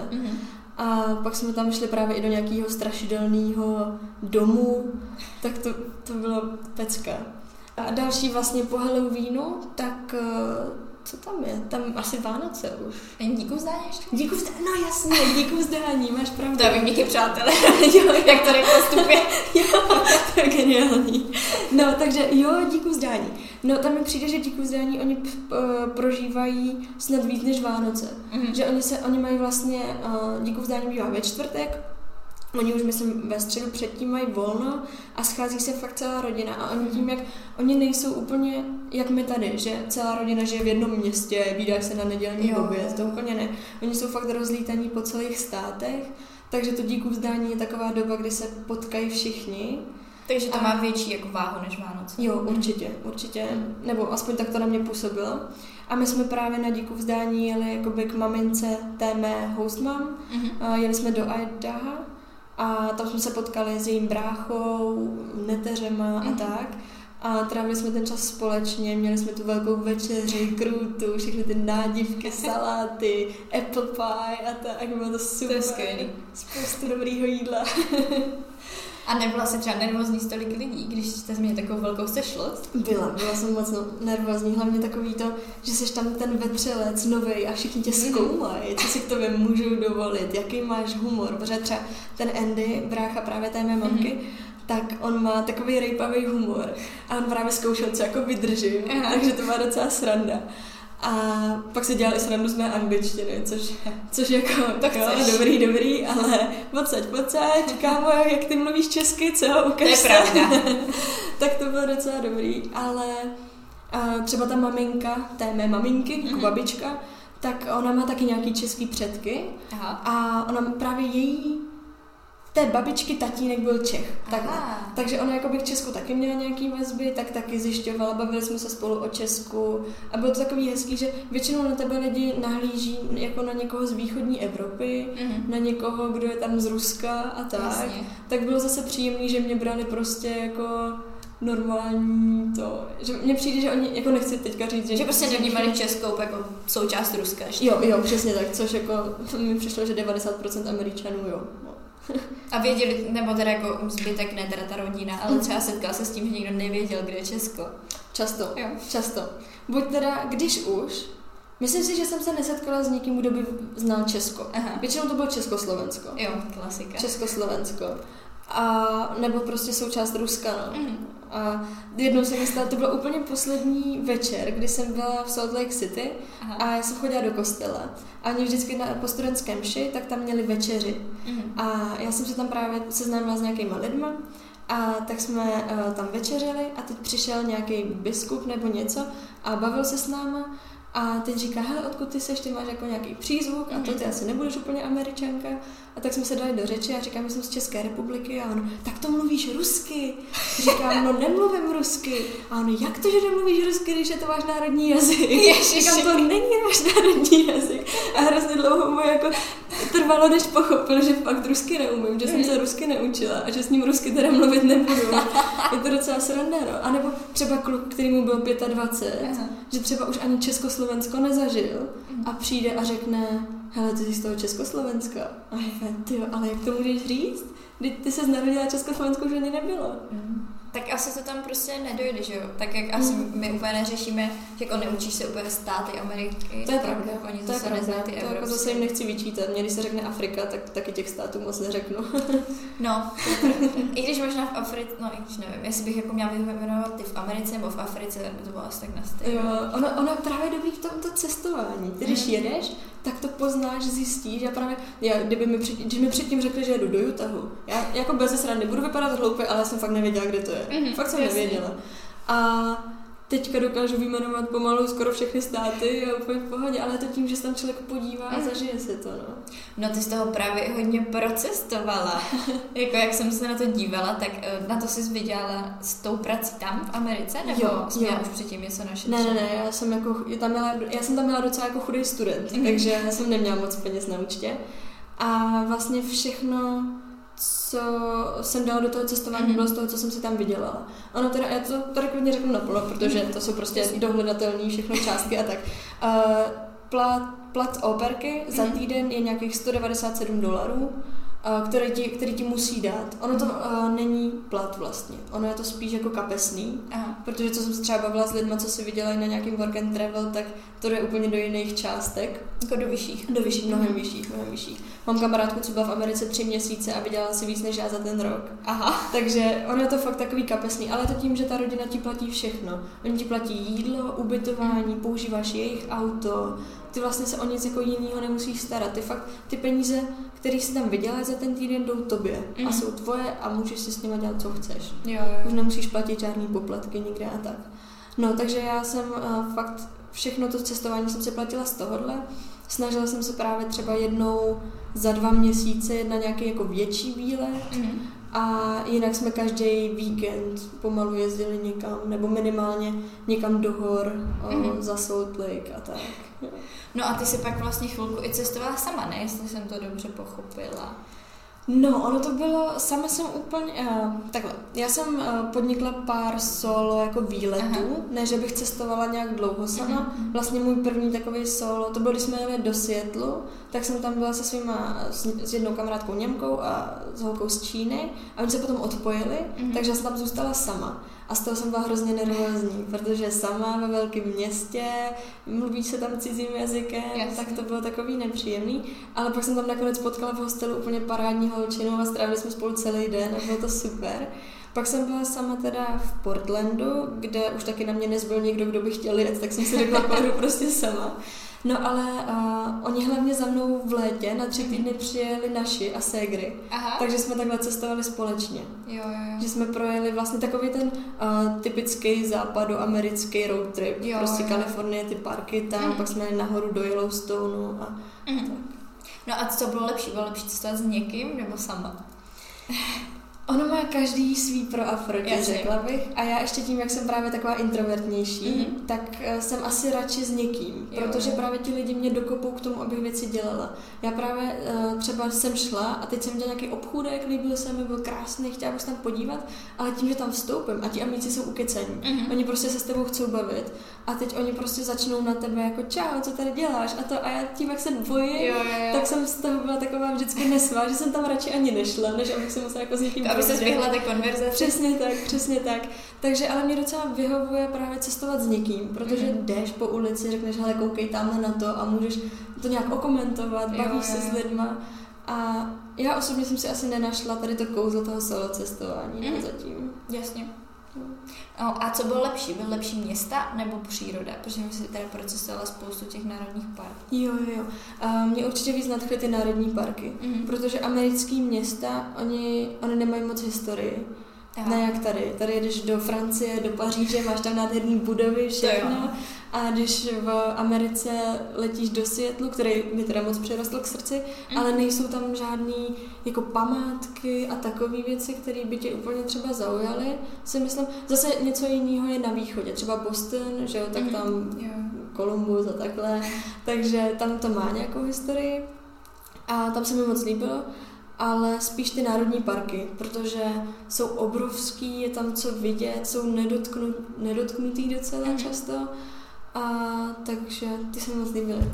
A pak jsme tam šli právě i do nějakého strašidelného domu, tak to bylo pecka. A další vlastně po Halloweenu, tak co tam je? Tam asi Vánoce už. Díku vzdání ještě? Díku vzdání, no jasně, díku vzdání, máš pravdu. To vím, díky přátelé, jo, jak to postupuje. Jo, to je geniální. No, takže jo, díku vzdání. No, tam mi přijde, že díku vzdání oni prožívají snad víc než Vánoce. Že oni mají vlastně, díku vzdání bývá ve čtvrtek, oni už, myslím, ve středu předtím mají volno a schází se fakt celá rodina a oni tím, jak oni nejsou úplně jak my tady, že celá rodina žije v jednom městě, vídáš se na nedělní oběd, to úplně ne. Oni jsou fakt rozlítaní po celých státech, takže to díku vzdání je taková doba, kdy se potkají všichni. Takže to má větší jako váhu než Vánoce. Jo, určitě, nebo aspoň tak to na mě působilo. A my jsme právě na díku vzdání jeli jakoby k mamince té mé hostmam, jeli jsme do Idaha. A tam jsme se potkali s jejím bráchou, neteřema a tak. A trávili jsme ten čas společně, měli jsme tu velkou večeři, krůtu, všechny ty nádivky, saláty, apple pie a tak. Bylo to super. To je skvělý. Spoustu dobrýho jídla. A nebyla jsi třeba nervózní z tolik lidí, když jste měli takovou velkou sešlost? Byla jsem moc nervózní, hlavně takový to, že jsi tam ten vetřelec novej a všichni tě zkoumají, co si k tobě můžou dovolit, jaký máš humor, protože třeba ten Andy, brácha právě té mé mamky, tak on má takový rejpavý humor a on právě zkoušel, co jako vydržím, takže to má docela sranda. A pak se dělali srandu z mé angličtiny, což jako dobrý, ale pojď, kámo, jak ty mluvíš česky, co? Ukaž. To je pravda. Tak to bylo docela dobrý, ale třeba ta maminka, té mé maminky, jako babička, tak ona má taky nějaký český předky. A ona právě její té babičky tatínek byl Čech. Takže ona jakoby k Česku taky měla nějaký vazby, tak taky zjišťovala, bavili jsme se spolu o Česku a bylo to takový hezký, že většinou na tebe lidi nahlíží jako na někoho z východní Evropy, na někoho, kdo je tam z Ruska a tak. Jasně. Tak bylo zase příjemný, že mě brali prostě jako normální to, že mně přijde, že oni, jako nechci teďka říct, že prostě nevnímali Českou jako součást Ruska ještě. Jo, přesně tak, což jako mi přišlo, že 90% Američanů, jo. No. A věděli, nebo teda jako zbytek, ne teda ta rodina, ale třeba setkala se s tím, že někdo nevěděl, kde je Česko. Často. Buď teda, když už, myslím si, že jsem se nesetkala s někým, kdo by znal Česko. Aha. Většinou to bylo Československo. Jo, klasika. Československo. A nebo prostě součást Ruska, no. A jednou se mi stalo, to byl úplně poslední večer, kdy jsem byla v Salt Lake City. Aha. A já jsem chodila do kostela a oni vždycky po studentském mši, tak tam měli večeři. A já jsem se tam právě seznámila s nějakýma lidma a tak jsme tam večeřili a teď přišel nějaký biskup nebo něco a bavil se s náma. A teď říká, hele, odkud ty seš, ty máš jako nějaký přízvuk a to ty asi nebudeš úplně Američanka. A tak jsme se dali do řeči a říkám, že jsem z České republiky a on, tak to mluvíš rusky? Říkám, no nemluvím rusky. A on, jak to, že nemluvíš rusky, když je to váš národní jazyk? Říkám, to není náš národní jazyk. A hrozně dlouho mu jako trvalo, než pochopil, že fakt rusky neumím, že jsem se rusky neučila a že s ním rusky teda mluvit nebudu. Je to docela sranda, no. A nebo třeba kluk, který mu byl 25, že třeba už ani Československo nezažil a přijde a řekne, hele, ty jsi z toho Československa. A tyjo, ale jak to můžeš říct? Ty se narodila Československo, už ani nebylo. Tak asi to tam prostě nedojde, že jo? Tak jak asi my úplně neřešíme, že jako neučíš se úplně státy Ameriky. To je pravda. Oni zase nezná ty evropské. Jako zase jim nechci vyčítat. Mě, když se řekne Afrika, tak taky těch států moc neřeknu. No, i když možná v Africe, no i když nevím, jestli bych jako měla vyjmenovat ty v Americe nebo v Africe, by to bylo asi tak na stejno. Jo, ono právě dobrý v tomto cestování. Ty když jedeš, tak to poznáš, zjistíš. Když mi předtím řekli, že jedu do Utahu, já jako bez srandy budu vypadat hloupě, ale já jsem fakt nevěděla, kde to je. Fakt jsem nevěděla. A teďka dokážu vyjmenovat pomalu skoro všechny státy a úplně v pohodě, ale je to tím, že se tam člověk podívá a zažije si to, no. No ty jsi toho právě hodně procestovala. Jako jak jsem se na to dívala, tak na to jsi vydělala s tou prací tam v Americe? Nebo jsi měla už předtím něco našetřené? Ne, já jsem tam měla docela jako chudý student, takže já jsem neměla moc peněz na účtě. A vlastně všechno, co jsem dala do toho cestování, bylo z toho, co jsem si tam vydělala. Ono teda, já to tady klidně řeknu naplno, protože to jsou prostě dohledatelné všechno částky a tak. Plat operky za týden je nějakých $197, který ti musí dát. Ono to není plat vlastně. Ono je to spíš jako kapesný, protože co jsem se třeba bavila s lidma, co si vydělají na nějakým work and travel, tak to jde úplně do jiných částek. Jako do vyšších. Do vyšších, mnohem vyšších. Mám kamarádku, co byla v Americe 3 měsíce a vydělala si víc než já za ten rok. Takže ono je to fakt takový kapesný, ale je to tím, že ta rodina ti platí všechno. Oni ti platí jídlo, ubytování, používáš jejich auto, ty vlastně se o nic jako jinýho nemusíš starat. Ty peníze, které si tam vyděláš za ten týden, jdou tobě a jsou tvoje a můžeš si s nimi dělat, co chceš. Jo. Už nemusíš platit žádný poplatky nikde a tak. No, takže já jsem fakt všechno to cestování jsem se platila z tohohle. Snažila jsem se právě třeba jednou za 2 měsíce jet na nějaký jako větší výlet a jinak jsme každý víkend pomalu jezdili někam, nebo minimálně někam do hor, za Salt Lake a tak. No a ty si pak vlastně chvilku i cestovala sama, ne? Jestli jsem to dobře pochopila. No, ono to bylo, sama jsem úplně, takhle, já jsem podnikla pár solo jako výletů, ne, že bych cestovala nějak dlouho sama, vlastně můj první takový solo, to bylo, když jsme jeli do Seattlu, tak jsem tam byla s jednou kamarádkou Němkou a s holkou z Číny a oni se potom odpojili, takže já jsem tam zůstala sama. A z toho jsem byla hrozně nervózní, protože sama ve velkém městě, mluví se tam cizím jazykem, tak to bylo takový nepříjemný. Ale pak jsem tam nakonec potkala v hostelu úplně parádní holčinu a strávili jsme spolu celý den a bylo to super. Pak jsem byla sama teda v Portlandu, kde už taky na mě nezbyl někdo, kdo by chtěl jet, tak jsem si řekla, pojedu prostě sama. No ale oni hlavně za mnou v létě na 3 týdny přijeli naši a ségry, takže jsme takhle cestovali společně. Jo. Že jsme projeli vlastně takový ten typický západoamerický road trip, prostě Kalifornie, ty parky tam, pak jsme jeli nahoru do Yellowstoneu a tak. No a co bylo lepší? Bylo lepší cestovat s někým nebo sama? Ono má každý svý pro a proti, řekla bych. A já ještě tím, jak jsem právě taková introvertnější, tak jsem asi radši s někým, protože právě ti lidi mě dokopou k tomu, abych věci dělala. Já právě třeba jsem šla a teď jsem dělala nějaký obchůdek, líbil se mi, byl krásný, chtěla bych se tam podívat, ale tím, že tam vstoupím a ti amíci jsou ukecení, oni prostě se s tebou chcou bavit a teď oni prostě začnou na tebe jako čau, co tady děláš a já tím, jak se bojím, tak jsem z toho byla taková vždycky nesvá, že jsem tam radši ani nešla, než abych se musela jako s někým aby se zběhla té konverzace. Přesně tak. Takže ale mě docela vyhovuje právě cestovat s někým, protože jdeš po ulici, řekneš, hele, koukej tamhle na to a můžeš to nějak okomentovat, bavíš se s lidma. A já osobně jsem si asi nenašla tady to kouzlo toho solo cestování zatím. Jasně. No, a co bylo lepší? Byl lepší města nebo příroda? Protože my si tady procesovala spoustu těch národních parků. Jo. Mě určitě víc nadchly ty národní parky, protože americký města, oni nemají moc historii. Ne jak tady. Tady jedeš do Francie, do Paříže, máš tam nádherný budovy, všechno. A když v Americe letíš do Seattlu, který mi teda moc přirostl k srdci, ale nejsou tam žádný jako památky a takové věci, které by tě úplně třeba zaujaly, si myslím. Zase něco jiného je na východě, třeba Boston, že jo, tak tam Columbus a takhle, takže tam to má nějakou historii a tam se mi moc líbilo. Ale spíš ty národní parky, protože jsou obrovský, je tam co vidět, jsou nedotknutý docela často, a takže ty se mi moc líbily.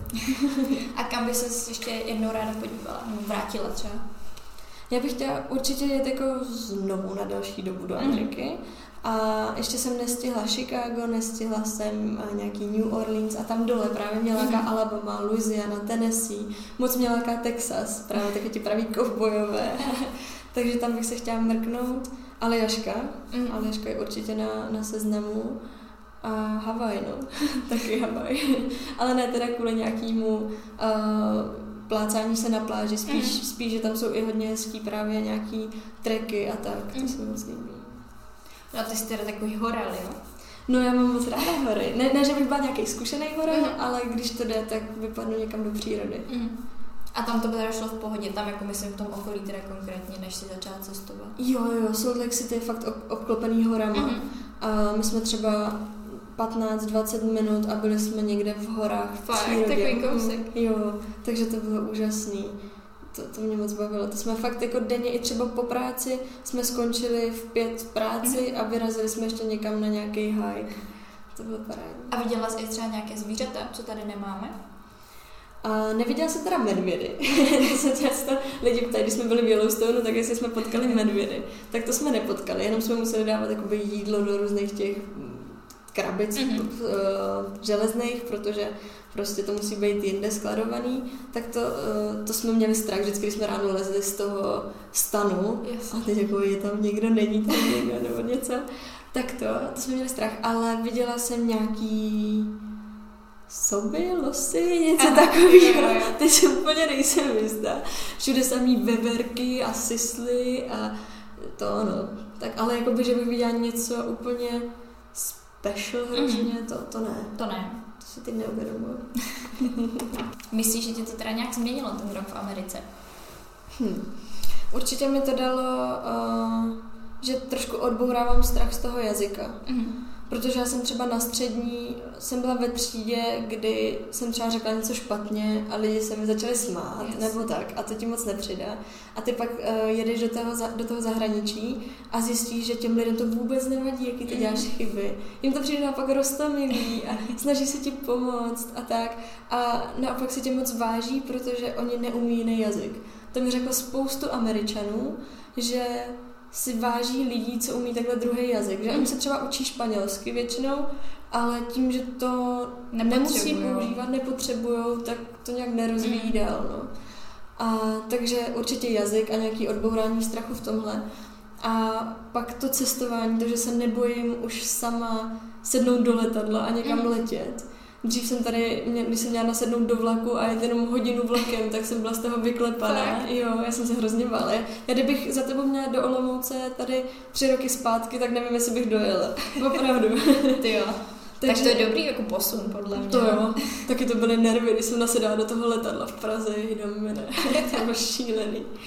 A kam by ses ještě jednou ráda podívala, nebo vrátila třeba? Já bych chtěla určitě jet jako znovu na další dobu do Ameriky. A ještě jsem nestihla Chicago, nestihla jsem nějaký New Orleans a tam dole právě mě láká Alabama, Louisiana, Tennessee, moc mě láká Texas, právě taky ti praví kovbojové, takže tam bych se chtěla mrknout. Aljaška je určitě na seznamu a Havaj, taky Havaj, ale ne teda kvůli nějakému plácání se na pláži, spíš, že tam jsou i hodně hezký právě nějaký treky a tak, to se mi moc líbí. No a ty jsi teda takový horal, jo? No já mám moc ráda hory. Ne, že bych byla nějaký zkušený horor, ale když to jde, tak vypadnu někam do přírody. A tam to by teda šlo v pohodě, tam jako myslím v tom okolí teda konkrétně, než si začala cestovat? Jo, Salt Lake City je fakt obklopený horama. A my jsme třeba 15-20 minut a byli jsme někde v horách v přírodě. Takový kousek. Jo, takže to bylo úžasný. To mě moc bavilo. To jsme fakt jako denně i třeba po práci jsme skončili v 5 v práci a vyrazili jsme ještě někam na nějaký hike. To bylo parádní. A viděla jsi i třeba nějaké zvířata, co tady nemáme? A neviděla jsem teda medvědy. Se často lidi ptají, když jsme byli v Yellowstoneu, tak jestli jsme potkali medvědy. Tak to jsme nepotkali, jenom jsme museli dávat jakoby jídlo do různých těch krabic železných, protože prostě to musí být jinde skladovaný, tak to jsme měli strach, vždycky, když jsme ráno lezli z toho stanu a teď jako je tam někdo, není tam někdo nebo něco, tak to jsme měli strach, ale viděla jsem nějaký soby, losy, něco takového, teď si úplně nejsem jistá. Všude samý veverky a sisly a to tak ale jakoby, že bych viděla něco úplně special hrozně, to ne. To ne. To si teď neuvědomuji. Myslíš, že ti to teda nějak změnilo ten rok v Americe? Určitě mi to dalo, že trošku odbourávám strach z toho jazyka. Protože já jsem třeba na střední, jsem byla ve třídě, kdy jsem třeba řekla něco špatně a lidi se mi začali smát, nebo tak, a to ti moc nepřidá. A ty pak jedeš do toho zahraničí a zjistíš, že těm lidem to vůbec nevadí, jaký ty děláš chyby. Jim to přijde naopak roztomilý a snaží se ti pomoct a tak. A naopak si tě moc váží, protože oni neumí jiný jazyk. To mi řeklo spoustu Američanů, že si váží lidí, co umí takhle druhý jazyk. Že oni se třeba učí španělsky většinou, ale tím, že to nemusí používat, nepotřebujou, tak to nějak nerozvíjí dál. A takže určitě jazyk a nějaký odbourání strachu v tomhle. A pak to cestování, to, že se nebojím už sama sednout do letadla a někam letět. Dřív jsem tady, když jsem měla nasednout do vlaku a jet jenom hodinu vlakem, tak jsem byla z toho vyklepaná. Jo, já jsem se hrozně bála. Já kdybych za tebou měla do Olomouce tady 3 roky zpátky, tak nevím, jestli bych dojela. Opravdu. Ty jo. Takže, tak to je dobrý jako posun, podle mě. To jo. Taky to byly nervy, když jsem nasedala do toho letadla v Praze, jdem mine. To bylo šílený.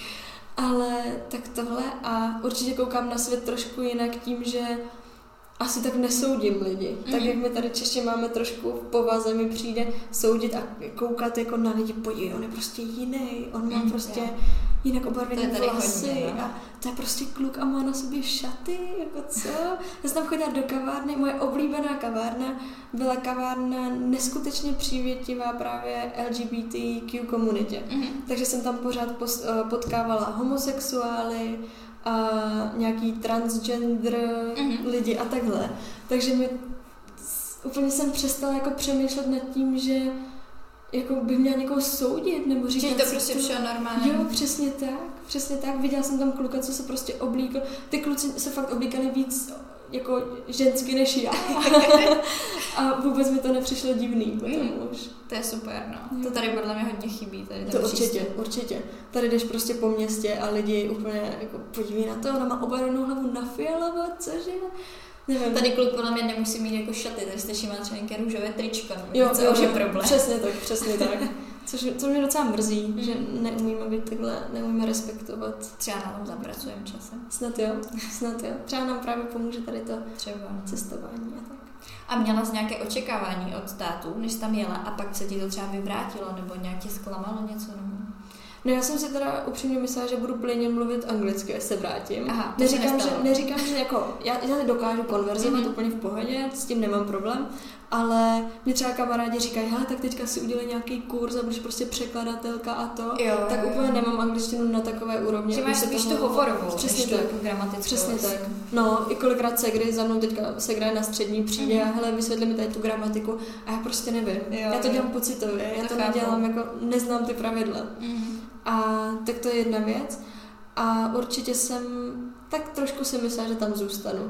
Ale tak tohle a určitě koukám na svět trošku jinak tím, že asi tak nesoudím lidi. Tak jak my tady Češi máme trošku v povaze, mi přijde soudit a koukat jako na lidi, podívej, on je prostě jiný, on má prostě jinak obarvený vlasy a to je prostě kluk a má na sobě šaty, jako co? Já jsem tam chodila do kavárny, moje oblíbená kavárna byla kavárna neskutečně přívětivá právě LGBTQ komunitě. Takže jsem tam pořád potkávala homosexuály, a nějaký transgender lidi a takhle. Takže úplně jsem přestala jako přemýšlet nad tím, že jako bych měla někoho soudit nebo říkat. Že to prostě všechno normální. Jo, přesně tak. Viděla jsem tam kluka, co se prostě oblíkl. Ty kluci se fakt oblíkali víc jako žensky než já. A vůbec mi to nepřišlo divný potom už. To je super, no. To tady podle mě hodně chybí. Tady to určitě. Tady jdeš prostě po městě a lidi úplně jako podíví na to, ona má obarvenou hlavu na fialovo, cože? Nevím. Tady kluk podle mě nemusí mít jako šaty, tady stačí má třeba nějaké růžové tričko, jo, už je problém. Přesně tak. Což mě docela mrzí, že neumíme být takhle, neumíme respektovat. Třeba na tom zapracujeme časem. Snad jo. Třeba nám právě pomůže tady to třeba cestování a tak. A měla jsi nějaké očekávání od tátu, než jsi tam jela a pak se ti to třeba vyvrátilo, nebo nějak tě zklamalo něco? Nebo... No já jsem si teda upřímně myslela, že budu plně mluvit anglicky, až se vrátím. Aha, neříkám, že jako, já dokážu konverzovat úplně v pohodě, s tím nemám problém, ale mě třeba kamarádi říkají, hele, tak teďka si udělej nějaký kurz a budeš prostě překladatelka a to, tak úplně nemám angličtinu na takové úrovni. Že máš spíš tu hovorovou, přesně tak, jako gramatickou. Přesně tak. No, i kolikrát Segry za mnou teďka Segra na střední přijde a hele, vysvětli mi tady tu gramatiku a já prostě nevím. Já to dělám pocitově, já to nedělám jako, neznám ty pravidla. A tak to je jedna věc. A určitě jsem tak trošku si myslela, že tam zůstanu.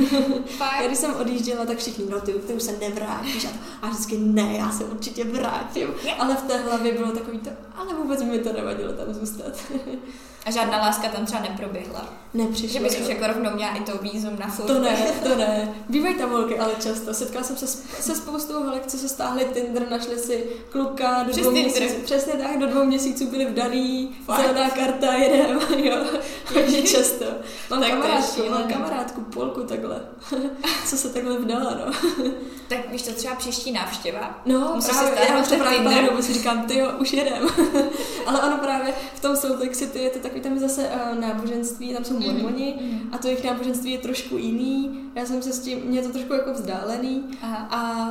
Já když jsem odjížděla, tak všichni, no ty už se nevrátíš. A vždycky ne, já se určitě vrátím. Ale v té hlavě bylo takový to, ale vůbec mi to nevadilo tam zůstat. A žádná láska tam třeba neproběhla? Nepřišla. Že bys už jako rovnou měla i to vízum na furt. To ne. Bývají tam holky, ale často. Setkala jsem se spoustou holek, co se stáhli Tinder, našli si kluka do 2 měsíců. Přesně tak, do 2 měsíců byli vdaný, zelená karta, jedem, jo. Hodně často. Mám kamarádku, Polku takhle, co se takhle vdala, no. Tak víš to třeba příští návštěva? No, já už to právě plánu, si říkám, tyjo, už jedem. Ale ono právě v tom Salt Lake City je to takový, tam je zase náboženství, tam jsou mormoni a to jejich náboženství je trošku jiný. Já jsem se s tím, mě je to trošku jako vzdálený a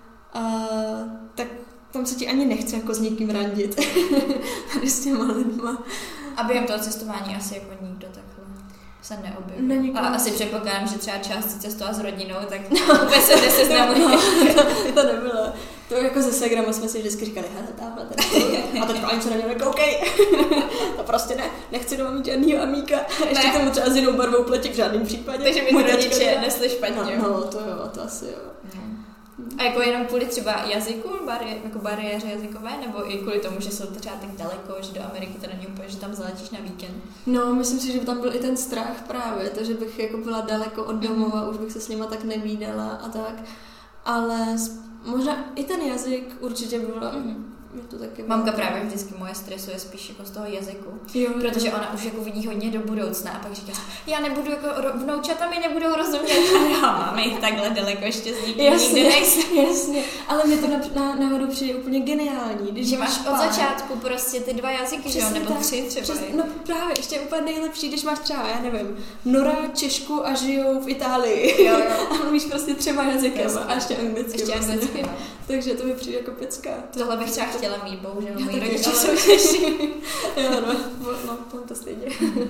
tak tam se ti ani nechce jako s někým randit. Tady s těma lidma. A během toho cestování asi jako nikdo takhle se neobjevil. A asi předpokládám, že třeba část si cestovala s rodinou, tak vůbec se neseznamuje. To nebylo. To jako se Segrama jsme si vždycky říkali, hele, táhle ten a teď ani se na mě nekoukej. To prostě ne, nechci doma mít žádnýho amíka. Ještě tomu třeba s jinou barvou pleti v žádném případě. Takže mi to rodiče nesli špatně. No, to jo, to asi jo. A jako jenom kvůli třeba jazyku, jako bariéře jazykové, nebo i kvůli tomu, že jsou to třeba tak daleko, že do Ameriky to není úplně, že tam zaletíš na víkend? No, myslím si, že by tam byl i ten strach právě, to, že bych jako byla daleko od domova, už bych se s nima tak nevídala a tak. Ale možná i ten jazyk určitě byla... To taky mamka právě vždycky moje stresuje spíš jako z toho jazyku, protože ona už jako vidí hodně do budoucna a pak říká, já nebudu jako vnoučata mi nebudou rozumět a já mami takhle daleko ještě s nikým nikdy nejsem. Jasně, ale mě to náhodou přijde úplně geniální. Když že máš od začátku prostě ty 2 jazyky, že jo, nebo 3 třeba. No právě, ještě úplně nejlepší, když máš třeba, já nevím, Nora, Češku a žijou v Itálii. Jo. A mluvíš prostě 3 jazykama a ještě anglicky. No. Takže to mi přijde jako pecka. Tohle bych třeba chtěla mít, bohužel moji rodiče jsou Češi. Jo, no, to stejně.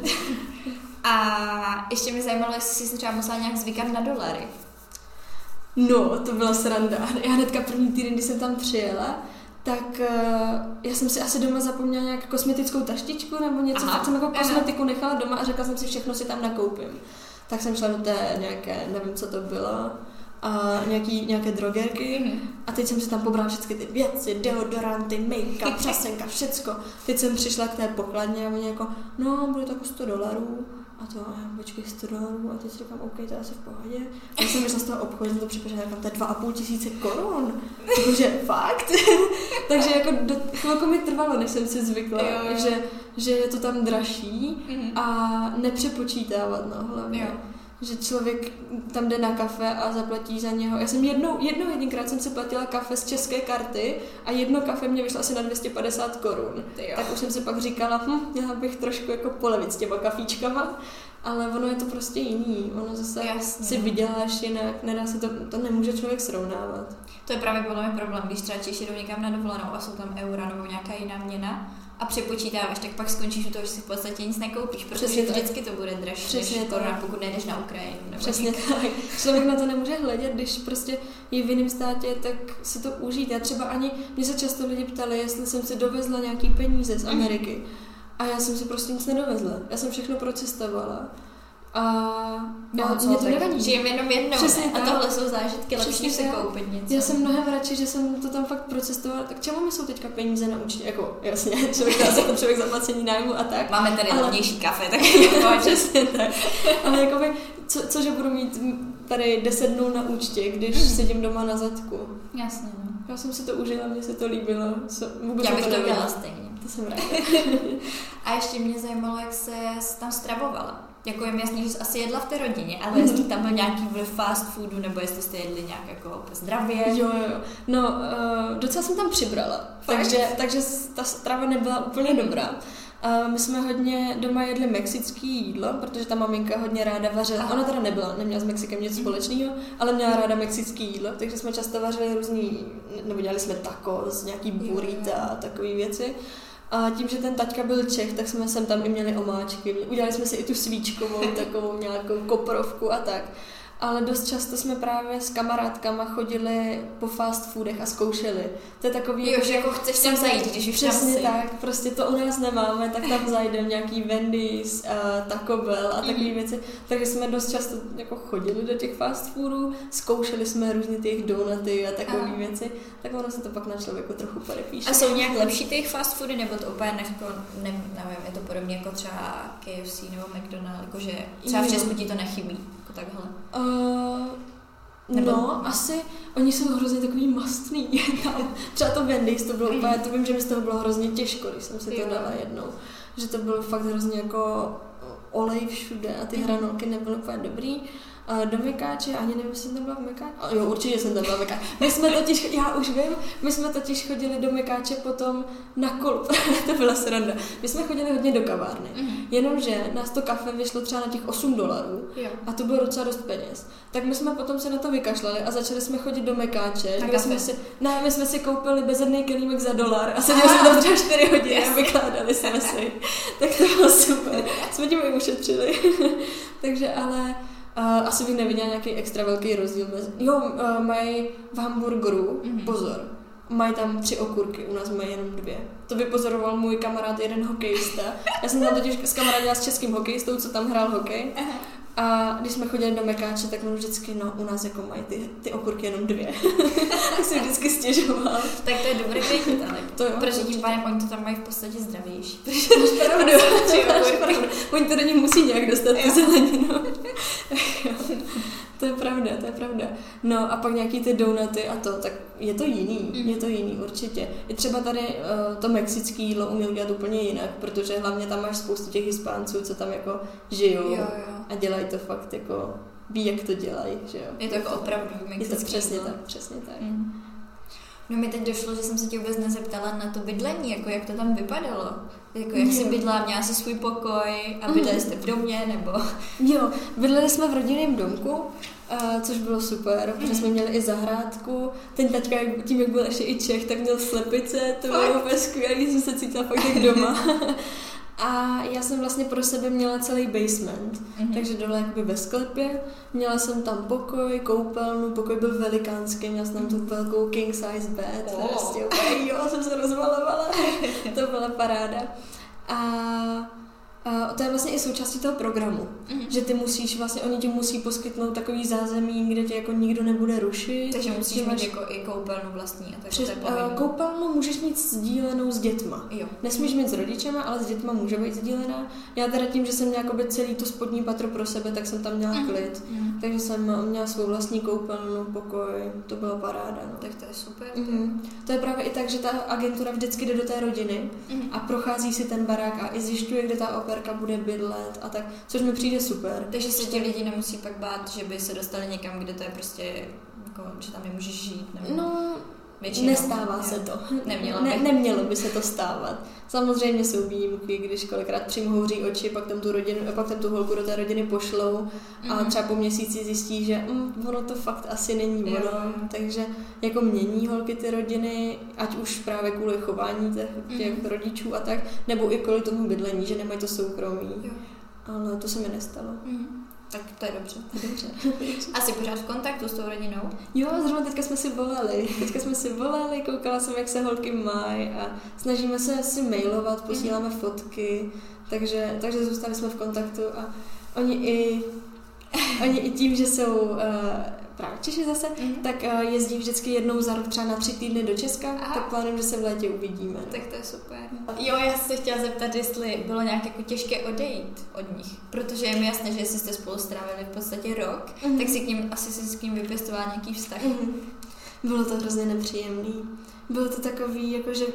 A ještě mě zajímalo, jestli jsi třeba musela nějak zvykat na dolary. No, to byla sranda. Já hnedka první týden, když jsem tam přijela, tak já jsem si asi doma zapomněla nějak kosmetickou taštičku nebo něco, tak jsem jako kosmetiku nechala doma a řekla jsem si, všechno si tam nakoupím. Tak jsem šla do té nějaké, nevím, co to bylo, a nějaké drogerky a teď jsem si tam pobrala všechny ty věci, deodoranty, make-up, přesenka, všecko. Teď jsem přišla k té pokladně a oni jako, no, bude to jako $100. A A to, počkej, $100 a teď si říkám, OK, to je asi v pohodě. Já jsem vyšla z toho obchodu, to připadá, říkám, to je 2 500 korun. Takže fakt. Takže jako chvilku mi trvalo, než jsem si zvykla, že je to tam dražší a nepřepočítávat, no, hlavně. Jo. Že člověk tam jde na kafe a zaplatí za něho. Já jsem jedinkrát jsem si platila kafe z české karty a jedno kafe mě vyšlo asi na 250 korun. Tak už jsem si pak říkala, měla bych trošku jako polevit s těma kafíčkama, ale ono je to prostě jiný. Ono zase si vyděláš jinak, nedá se to nemůže člověk srovnávat. To je právě podle mě problém, když třeba Češi jdou někam na dovolenou a jsou tam eura nebo nějaká jiná měna a přepočítáváš, tak pak skončíš u toho, že si v podstatě nic nekoupíš, protože vždycky to bude dražší než koruna, pokud nejdeš na Ukrajinu. Přesně tak. Člověk na to nemůže hledět, když prostě je v jiném státě, tak si to užít. Já třeba mě se často lidi ptali, jestli jsem si dovezla nějaký peníze z Ameriky. A já jsem si prostě nic nedovezla. Já jsem všechno procestovala. A mě to nevadí. Žijem jenom jednou. Přesně a tohle jsou zážitky, lepší si koupit něco. Já jsem mnohem radši, že jsem to tam fakt procestovala. Tak čemu mi jsou teďka peníze na účtě? Jako jasně, člověk zaplacení nájmu a tak. Máme tady levnější kafe, tak přesně tak. Ale jakoby, cože budu mít tady 10 dnů na účtě, když sedím doma na zadku. Jasně, no. Já jsem si to užila, mně se to líbilo. Já bych to udělala stejně. To jsem ráda. A ještě mě zajímalo, jak se tam stravovala. Jako je mi jasný, že jsi asi jedla v té rodině, ale jestli tam byl nějaký vliv fast foodu, nebo jestli jste jedli nějak jako zdravě. Jo. No, docela jsem tam přibrala, takže ta strava nebyla úplně dobrá. My jsme hodně doma jedli mexické jídlo, protože ta maminka hodně ráda vařila. Ona teda neměla s Mexikem nic společného, ale měla ráda mexické jídlo, takže jsme často vařili nebo dělali jsme tacos, nějaký burrita a takové věci. A tím, že ten taťka byl Čech, tak jsme sem tam i měli omáčky. Udělali jsme si i tu svíčkovou, takovou nějakou koprovku a tak. Ale dost často jsme právě s kamarádkama chodili po fast foodech a zkoušeli. To je takový... Jo, že jako chceš tam zajít, když už tam jsi. Přesně tak, prostě to u nás nemáme, tak tam zajdeme nějaký Wendy's, Taco Bell a takové věci. Takže jsme dost často jako chodili do těch fast foodů, zkoušeli jsme různě ty jejich donuty a takové věci, tak ono se to pak na člověku trochu podepíše. A jsou nějak lepší ty jejich fast foody, nebo to úplně nevím, je to podobně jako třeba KFC nebo McDonald's, jakože třeba v Česku ti to nechybí? Takhle. No, asi oni jsou hrozně takový mastný. Třeba to Wendy's, to bylo úplně, to vím, že mi z toho bylo hrozně těžko, když jsem si to dala jednou. Že to bylo fakt hrozně jako olej všude a ty hranolky nebyly úplně dobrý. Do Mekáče, ani nevím, jestli jsem byla v Mekáči. Jo, určitě jsem tam byla v Mekáči. My jsme totiž chodili do Mekáče potom na kolu. To byla sranda. My jsme chodili hodně do kavárny. Jenomže nás to kafe vyšlo třeba na těch $8 a to bylo docela dost peněz. Tak my jsme potom se na to vykašlali a začali jsme chodit do Mekáče. My jsme si koupili bezedný kelímek za $1 a seděli jsme tam třeba 4 hodiny a vykládali jsme si. Tak to bylo super. Jsme tím i ušetřili. Takže ale... asi bych neviděla nějaký extra velký rozdíl. Mají v hamburgeru, pozor, mají tam 3 okurky, u nás mají jenom 2. To vypozoroval můj kamarád, jeden hokejista. Já jsem tam totiž skamarádila s českým hokejistou, co tam hrál hokej. A když jsme chodili do Mekáče, tak on vždycky, u nás jako mají ty okurky jenom 2. Tak si vždycky stěžoval. Tak to je dobrý vědět, ale protože tím pádem oni to tam mají v podstatě zdravější. Protože máš pravdu. Oni to do nich musí nějak dostat tu zeleninu. To je pravda. No a pak nějaký ty donuty a to, tak je to jiný určitě. I třeba tady to mexické jídlo umí udělat úplně jinak, protože hlavně tam máš spoustu těch Hispánců, co tam jako žijou a dělají to fakt jako, ví, jak to dělají, že jo. Je to jako opravdu mexické. Je to přesně tak. No mi teď došlo, že jsem se tě vůbec nezeptala na to bydlení, jako jak to tam vypadalo. Jako jak jsi bydla, měla jsi svůj pokoj a bydleli jste v domě, nebo? Jo, bydleli jsme v rodinném domku, což bylo super, protože jsme měli i zahrádku. Ten taťka, tím jak byl ještě i Čech, tak měl slepice, to bylo úplně skvělý, jsem se cítila fakt jak doma. A já jsem vlastně pro sebe měla celý basement, takže dole jakoby ve sklepě. Měla jsem tam pokoj, koupelnu, pokoj byl velikánský, měla jsem tam tu velkou king size bed, prostě úplně, jsem se rozvalovala, to byla paráda. A To je vlastně i součástí toho programu, že ty musíš vlastně, oni ti musí poskytnout takový zázemí, kde tě jako nikdo nebude rušit. Takže musíš mít jako i koupelnu vlastní. Koupelnu můžeš mít sdílenou s dětma. Jo. Nesmíš mít s rodičema, ale s dětma může být sdílená. Já teda tím, že jsem měla jakoby celý to spodní patro pro sebe, tak jsem tam měla klid. Takže jsem měla svou vlastní koupelnu, pokoj, to bylo paráda. No. Tak to je super. To je právě i tak, že ta agentura vždycky jde do té rodiny a prochází si ten barák a i zjišťuje, kde ta operka bude bydlet a tak, což mi přijde super. Takže se ti lidi nemusí pak bát, že by se dostali někam, kde to je prostě, jako, že tam nemůžeš žít. Nebo... No, většinou, nestává se to. Nemělo by se to stávat. Samozřejmě jsou výjimky, když kolikrát přimhouří oči, pak tam tu holku do té rodiny pošlou a třeba po měsíci zjistí, že ono to fakt asi není ono. Takže jako mění holky ty rodiny, ať už právě kvůli chování těch rodičů a tak, nebo i kvůli tomu bydlení, že nemají to soukromí. Jo. Ale to se mi nestalo. Tak to je dobře. A jsi pořád v kontaktu s tou rodinou? Jo, zrovna teďka jsme si volali, koukala jsem, jak se holky mají a snažíme se si mailovat, posíláme fotky, takže zůstali jsme v kontaktu a oni i tím, že jsou právě Češi zase, tak jezdí vždycky jednou za rok třeba na 3 týdny do Česka, tak plánujem, že se v létě uvidíme. Tak to je super. Jo, já se chtěla zeptat, jestli bylo nějak jako těžké odejít od nich, protože je mi jasné, že jestli jste spolu strávili v podstatě rok, tak si s kým vypěstovala nějaký vztah. Bylo to hrozně nepříjemný. Bylo to takový, jakože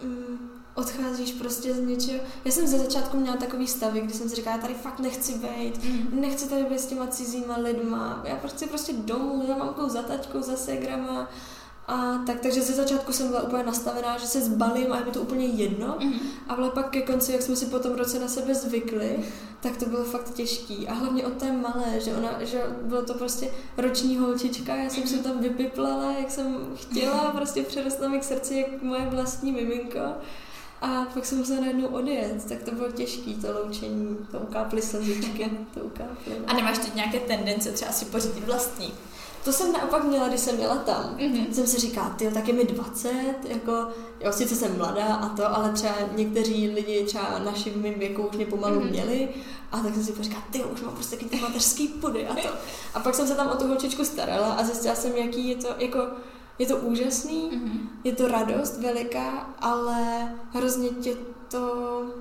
odcházíš prostě z něčeho. Já jsem ze začátku měla takový stavy, kdy jsem si říkala, já tady fakt nechci být, nechci tady být s těma cizíma lidma, já chci prostě domů, za mamkou, za taťkou, za ségrama. A takže ze začátku jsem byla úplně nastavená, že se zbalím a je mi to úplně jedno. Ale pak ke konci, jak jsme si po tom roce na sebe zvykli, tak to bylo fakt těžký. A hlavně od té malé, že bylo to prostě roční holčička, já jsem se tam vypiplala, jak jsem chtěla, prostě přirostla mi k srdci jak moje vlastní miminko. A pak jsem musela najednou odjet, tak to bylo těžký, to loučení, to ukáply slzičky, A nemáš teď nějaké tendence třeba si pořídit vlastní? To jsem naopak měla, když jsem jela tam. Jsem si říkala, tyjo, tak je mi 20, jako, jo, sice jsem mladá a to, ale třeba někteří lidi třeba naši v mém věku už mě pomalu měli a tak jsem si říkala, tyjo, už mám prostě taky ty mateřský pudy a to. A pak jsem se tam o tu holčičku starala a zjistila jsem, jaký je to, jako, je to úžasný, je to radost veliká, ale hrozně tě to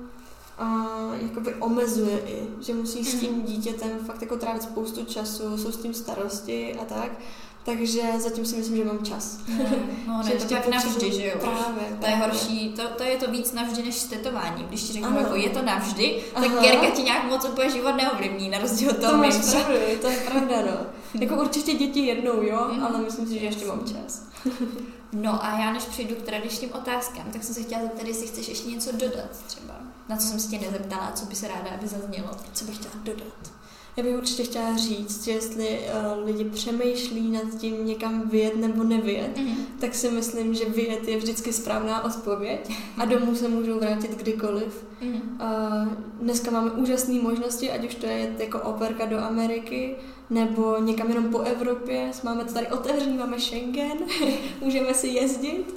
jakoby omezuje i, že musíš s tím dítětem fakt jako trávit spoustu času, jsou s tím starosti a tak. Takže zatím si myslím, že mám čas. No, ne, to tak navždy, že jo? Právě. To je horší, to je to víc navždy než s tetováním. Když ti řeknu, jako je to navždy, tak Gerka ti nějak moc úplně život neovlivní, na rozdíl od toho. To máš pravdu, to je pravda, no. Jako určitě děti jednou, jo, ale myslím si, že ještě mám čas. No a já než přijdu k tradičním otázkám, tak jsem se chtěla zeptat, jestli chceš ještě něco dodat třeba. Na co jsem se tě nezeptala, co by se ráda, aby zaznělo. Co bych chtěla dodat? Já bych určitě chtěla říct, že jestli lidi přemýšlí nad tím někam vyjet nebo nevyjet, tak si myslím, že vyjet je vždycky správná odpověď a domů se můžou vrátit kdykoliv. Dneska máme úžasné možnosti, ať už to je jet jako operka do Ameriky, nebo někam jenom po Evropě. Máme to tady otevřený, máme Schengen, můžeme si jezdit.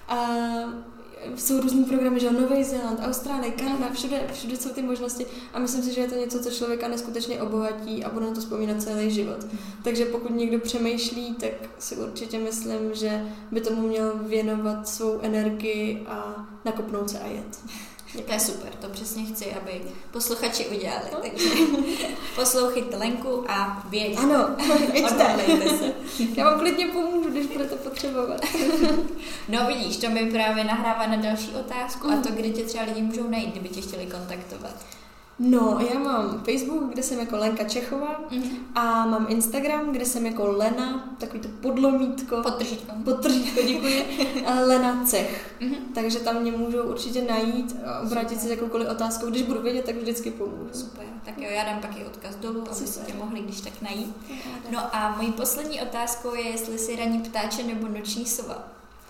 Jsou různý programy, že Nový Zéland, Austrálie, Kanada, všude jsou ty možnosti a myslím si, že je to něco, co člověka neskutečně obohatí a bude na to vzpomínat celý život. Takže pokud někdo přemýšlí, tak si určitě myslím, že by tomu měl věnovat svou energii a nakopnout se a jet. To je super, to přesně chci, aby posluchači udělali. Takže poslouchejte Lenku a vědět. Ano, odhodlejte se. Já vám klidně pomůžu, když budete potřebovat. No vidíš, to mi právě nahrává na další otázku a to, kde tě třeba lidi můžou najít, kdyby tě chtěli kontaktovat. No, já mám Facebook, kde jsem jako Lenka Čechová a mám Instagram, kde jsem jako Lena, takový to podlomítko. Podtržítko, děkuji. Lena Cech. Takže tam mě můžou určitě najít a obrátit se s jakoukoliv otázkou. Když budu vědět, tak vždycky pomůžu. Super. Tak jo, já dám pak i odkaz dolů, aby se tě mohli když tak najít. No a mojí poslední otázkou je, jestli jsi ranní ptáče nebo noční sova.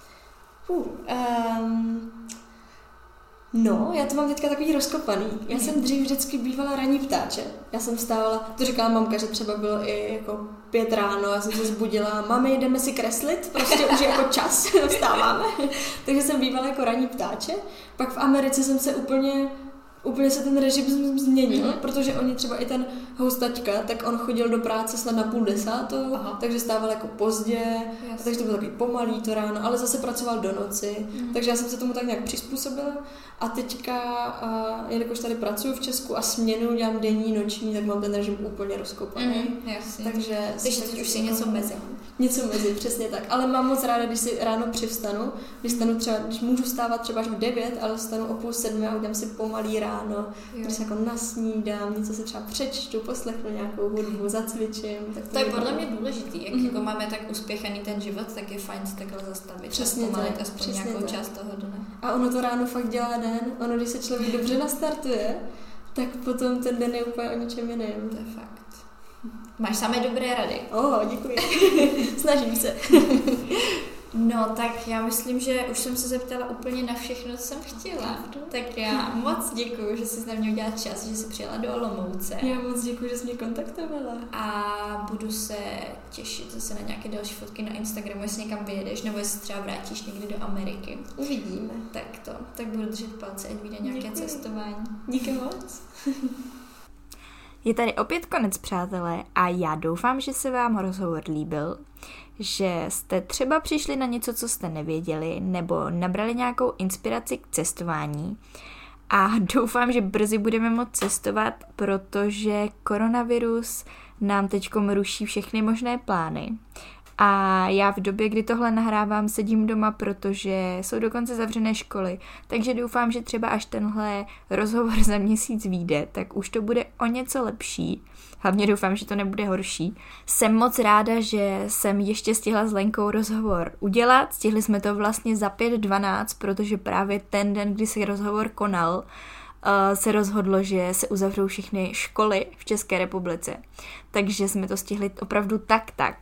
No, já to mám teďka takový rozkopaný. Já jsem dřív vždycky bývala ranní ptáče. Já jsem vstávala, to říkala mamka, že třeba bylo i jako 5 ráno, já jsem se zbudila, mami, jdeme si kreslit, prostě už je jako čas, vstáváme. Takže jsem bývala jako ranní ptáče. Pak v Americe jsem se úplně úplně se ten režim změnil, protože oni třeba i ten houstaťka, tak on chodil do práce snad na 9:30, takže stával jako pozdě, takže to bylo takový pomalý to ráno, ale zase pracoval do noci, takže já jsem se tomu tak nějak přizpůsobila a teďka, jelikož tady pracuji v Česku a směnu dělám denní, noční, tak mám ten režim úplně rozkopaný. Takže teď už si něco mezi. Něco mezi, přesně tak. Ale mám moc ráda, když si ráno přivstanu, když můžu stávat třeba až v 9, ale vstanu o 6:30 a udělám si pomalý ráno, když se jako nasnídám, něco si třeba přečtu, poslechnu nějakou hudbu, zacvičím. Tak to je podle mě důležitý, jak jako máme tak uspěchaný ten život, tak je fajn se takhle zastavit. Přesně tak, aspoň nějakou část toho dne. A ono to ráno fakt dělá den, ono když se člověk dobře nastartuje, tak potom ten den je úplně o ničem jiném. To je fakt. Máš samé dobré rady. Děkuji. Snažím se. No, tak já myslím, že už jsem se zeptala úplně na všechno, co jsem chtěla. Tak já moc děkuju, že jsi na mě udělala čas, že jsi přijela do Olomouce. Já moc děkuju, že jsi mě kontaktovala. A budu se těšit zase na nějaké další fotky na Instagramu, jestli někam vyjedeš, nebo jestli třeba vrátíš někdy do Ameriky. Uvidíme. Tak budu držet palce, ať vyjde nějaké cestování. Díky moc. Je tady opět konec, přátelé, a já doufám, že se vám rozhovor líbil, že jste třeba přišli na něco, co jste nevěděli, nebo nabrali nějakou inspiraci k cestování. A doufám, že brzy budeme moct cestovat, protože koronavirus nám teďkom ruší všechny možné plány. A já v době, kdy tohle nahrávám, sedím doma, protože jsou dokonce zavřené školy, takže doufám, že třeba až tenhle rozhovor za měsíc vyjde, tak už to bude o něco lepší. Hlavně doufám, že to nebude horší. Jsem moc ráda, že jsem ještě stihla s Lenkou rozhovor udělat. Stihli jsme to vlastně za 5:12, protože právě ten den, kdy se rozhovor konal, se rozhodlo, že se uzavřou všechny školy v České republice. Takže jsme to stihli opravdu tak.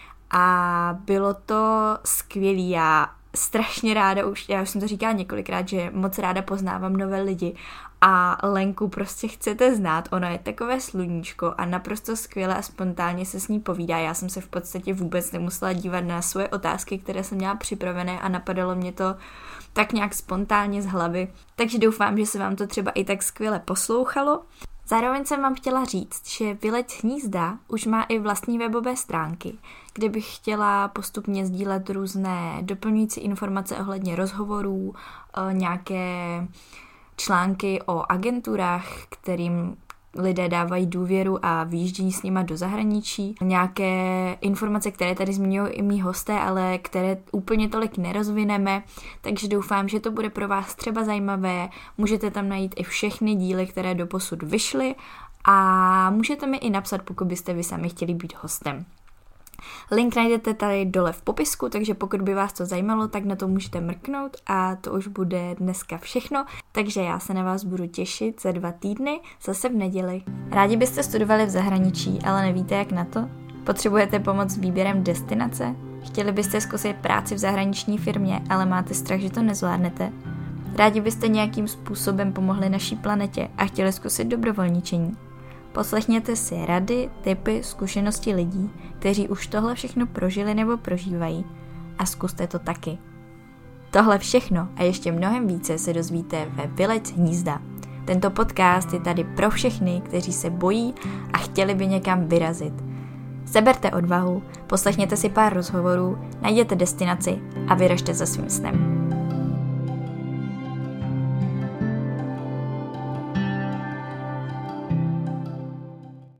A bylo to skvělý, já strašně ráda, já už jsem to říkala několikrát, že moc ráda poznávám nové lidi a Lenku prostě chcete znát, ona je takové sluníčko a naprosto skvěle a spontánně se s ní povídá, já jsem se v podstatě vůbec nemusela dívat na svoje otázky, které jsem měla připravené a napadalo mě to tak nějak spontánně z hlavy, takže doufám, že se vám to třeba i tak skvěle poslouchalo. Zároveň jsem vám chtěla říct, že Vyleť z hnízda už má i vlastní webové stránky, kde bych chtěla postupně sdílet různé doplňující informace ohledně rozhovorů, nějaké články o agenturách, kterým lidé dávají důvěru a vyjíždějí s nima do zahraničí. Nějaké informace, které tady zmiňují i mý hosté, ale které úplně tolik nerozvineme, takže doufám, že to bude pro vás třeba zajímavé. Můžete tam najít i všechny díly, které doposud vyšly a můžete mi i napsat, pokud byste vy sami chtěli být hostem. Link najdete tady dole v popisku, takže pokud by vás to zajímalo, tak na to můžete mrknout a to už bude dneska všechno. Takže já se na vás budu těšit za 2 týdny, zase v neděli. Rádi byste studovali v zahraničí, ale nevíte jak na to? Potřebujete pomoc s výběrem destinace? Chtěli byste zkusit práci v zahraniční firmě, ale máte strach, že to nezvládnete? Rádi byste nějakým způsobem pomohli naší planetě a chtěli zkusit dobrovolničení? Poslechněte si rady, tipy, zkušenosti lidí, kteří už tohle všechno prožili nebo prožívají a zkuste to taky. Tohle všechno a ještě mnohem více se dozvíte ve Vyleť z hnízda. Tento podcast je tady pro všechny, kteří se bojí a chtěli by někam vyrazit. Seberte odvahu, poslechněte si pár rozhovorů, najděte destinaci a vyražte za svým snem.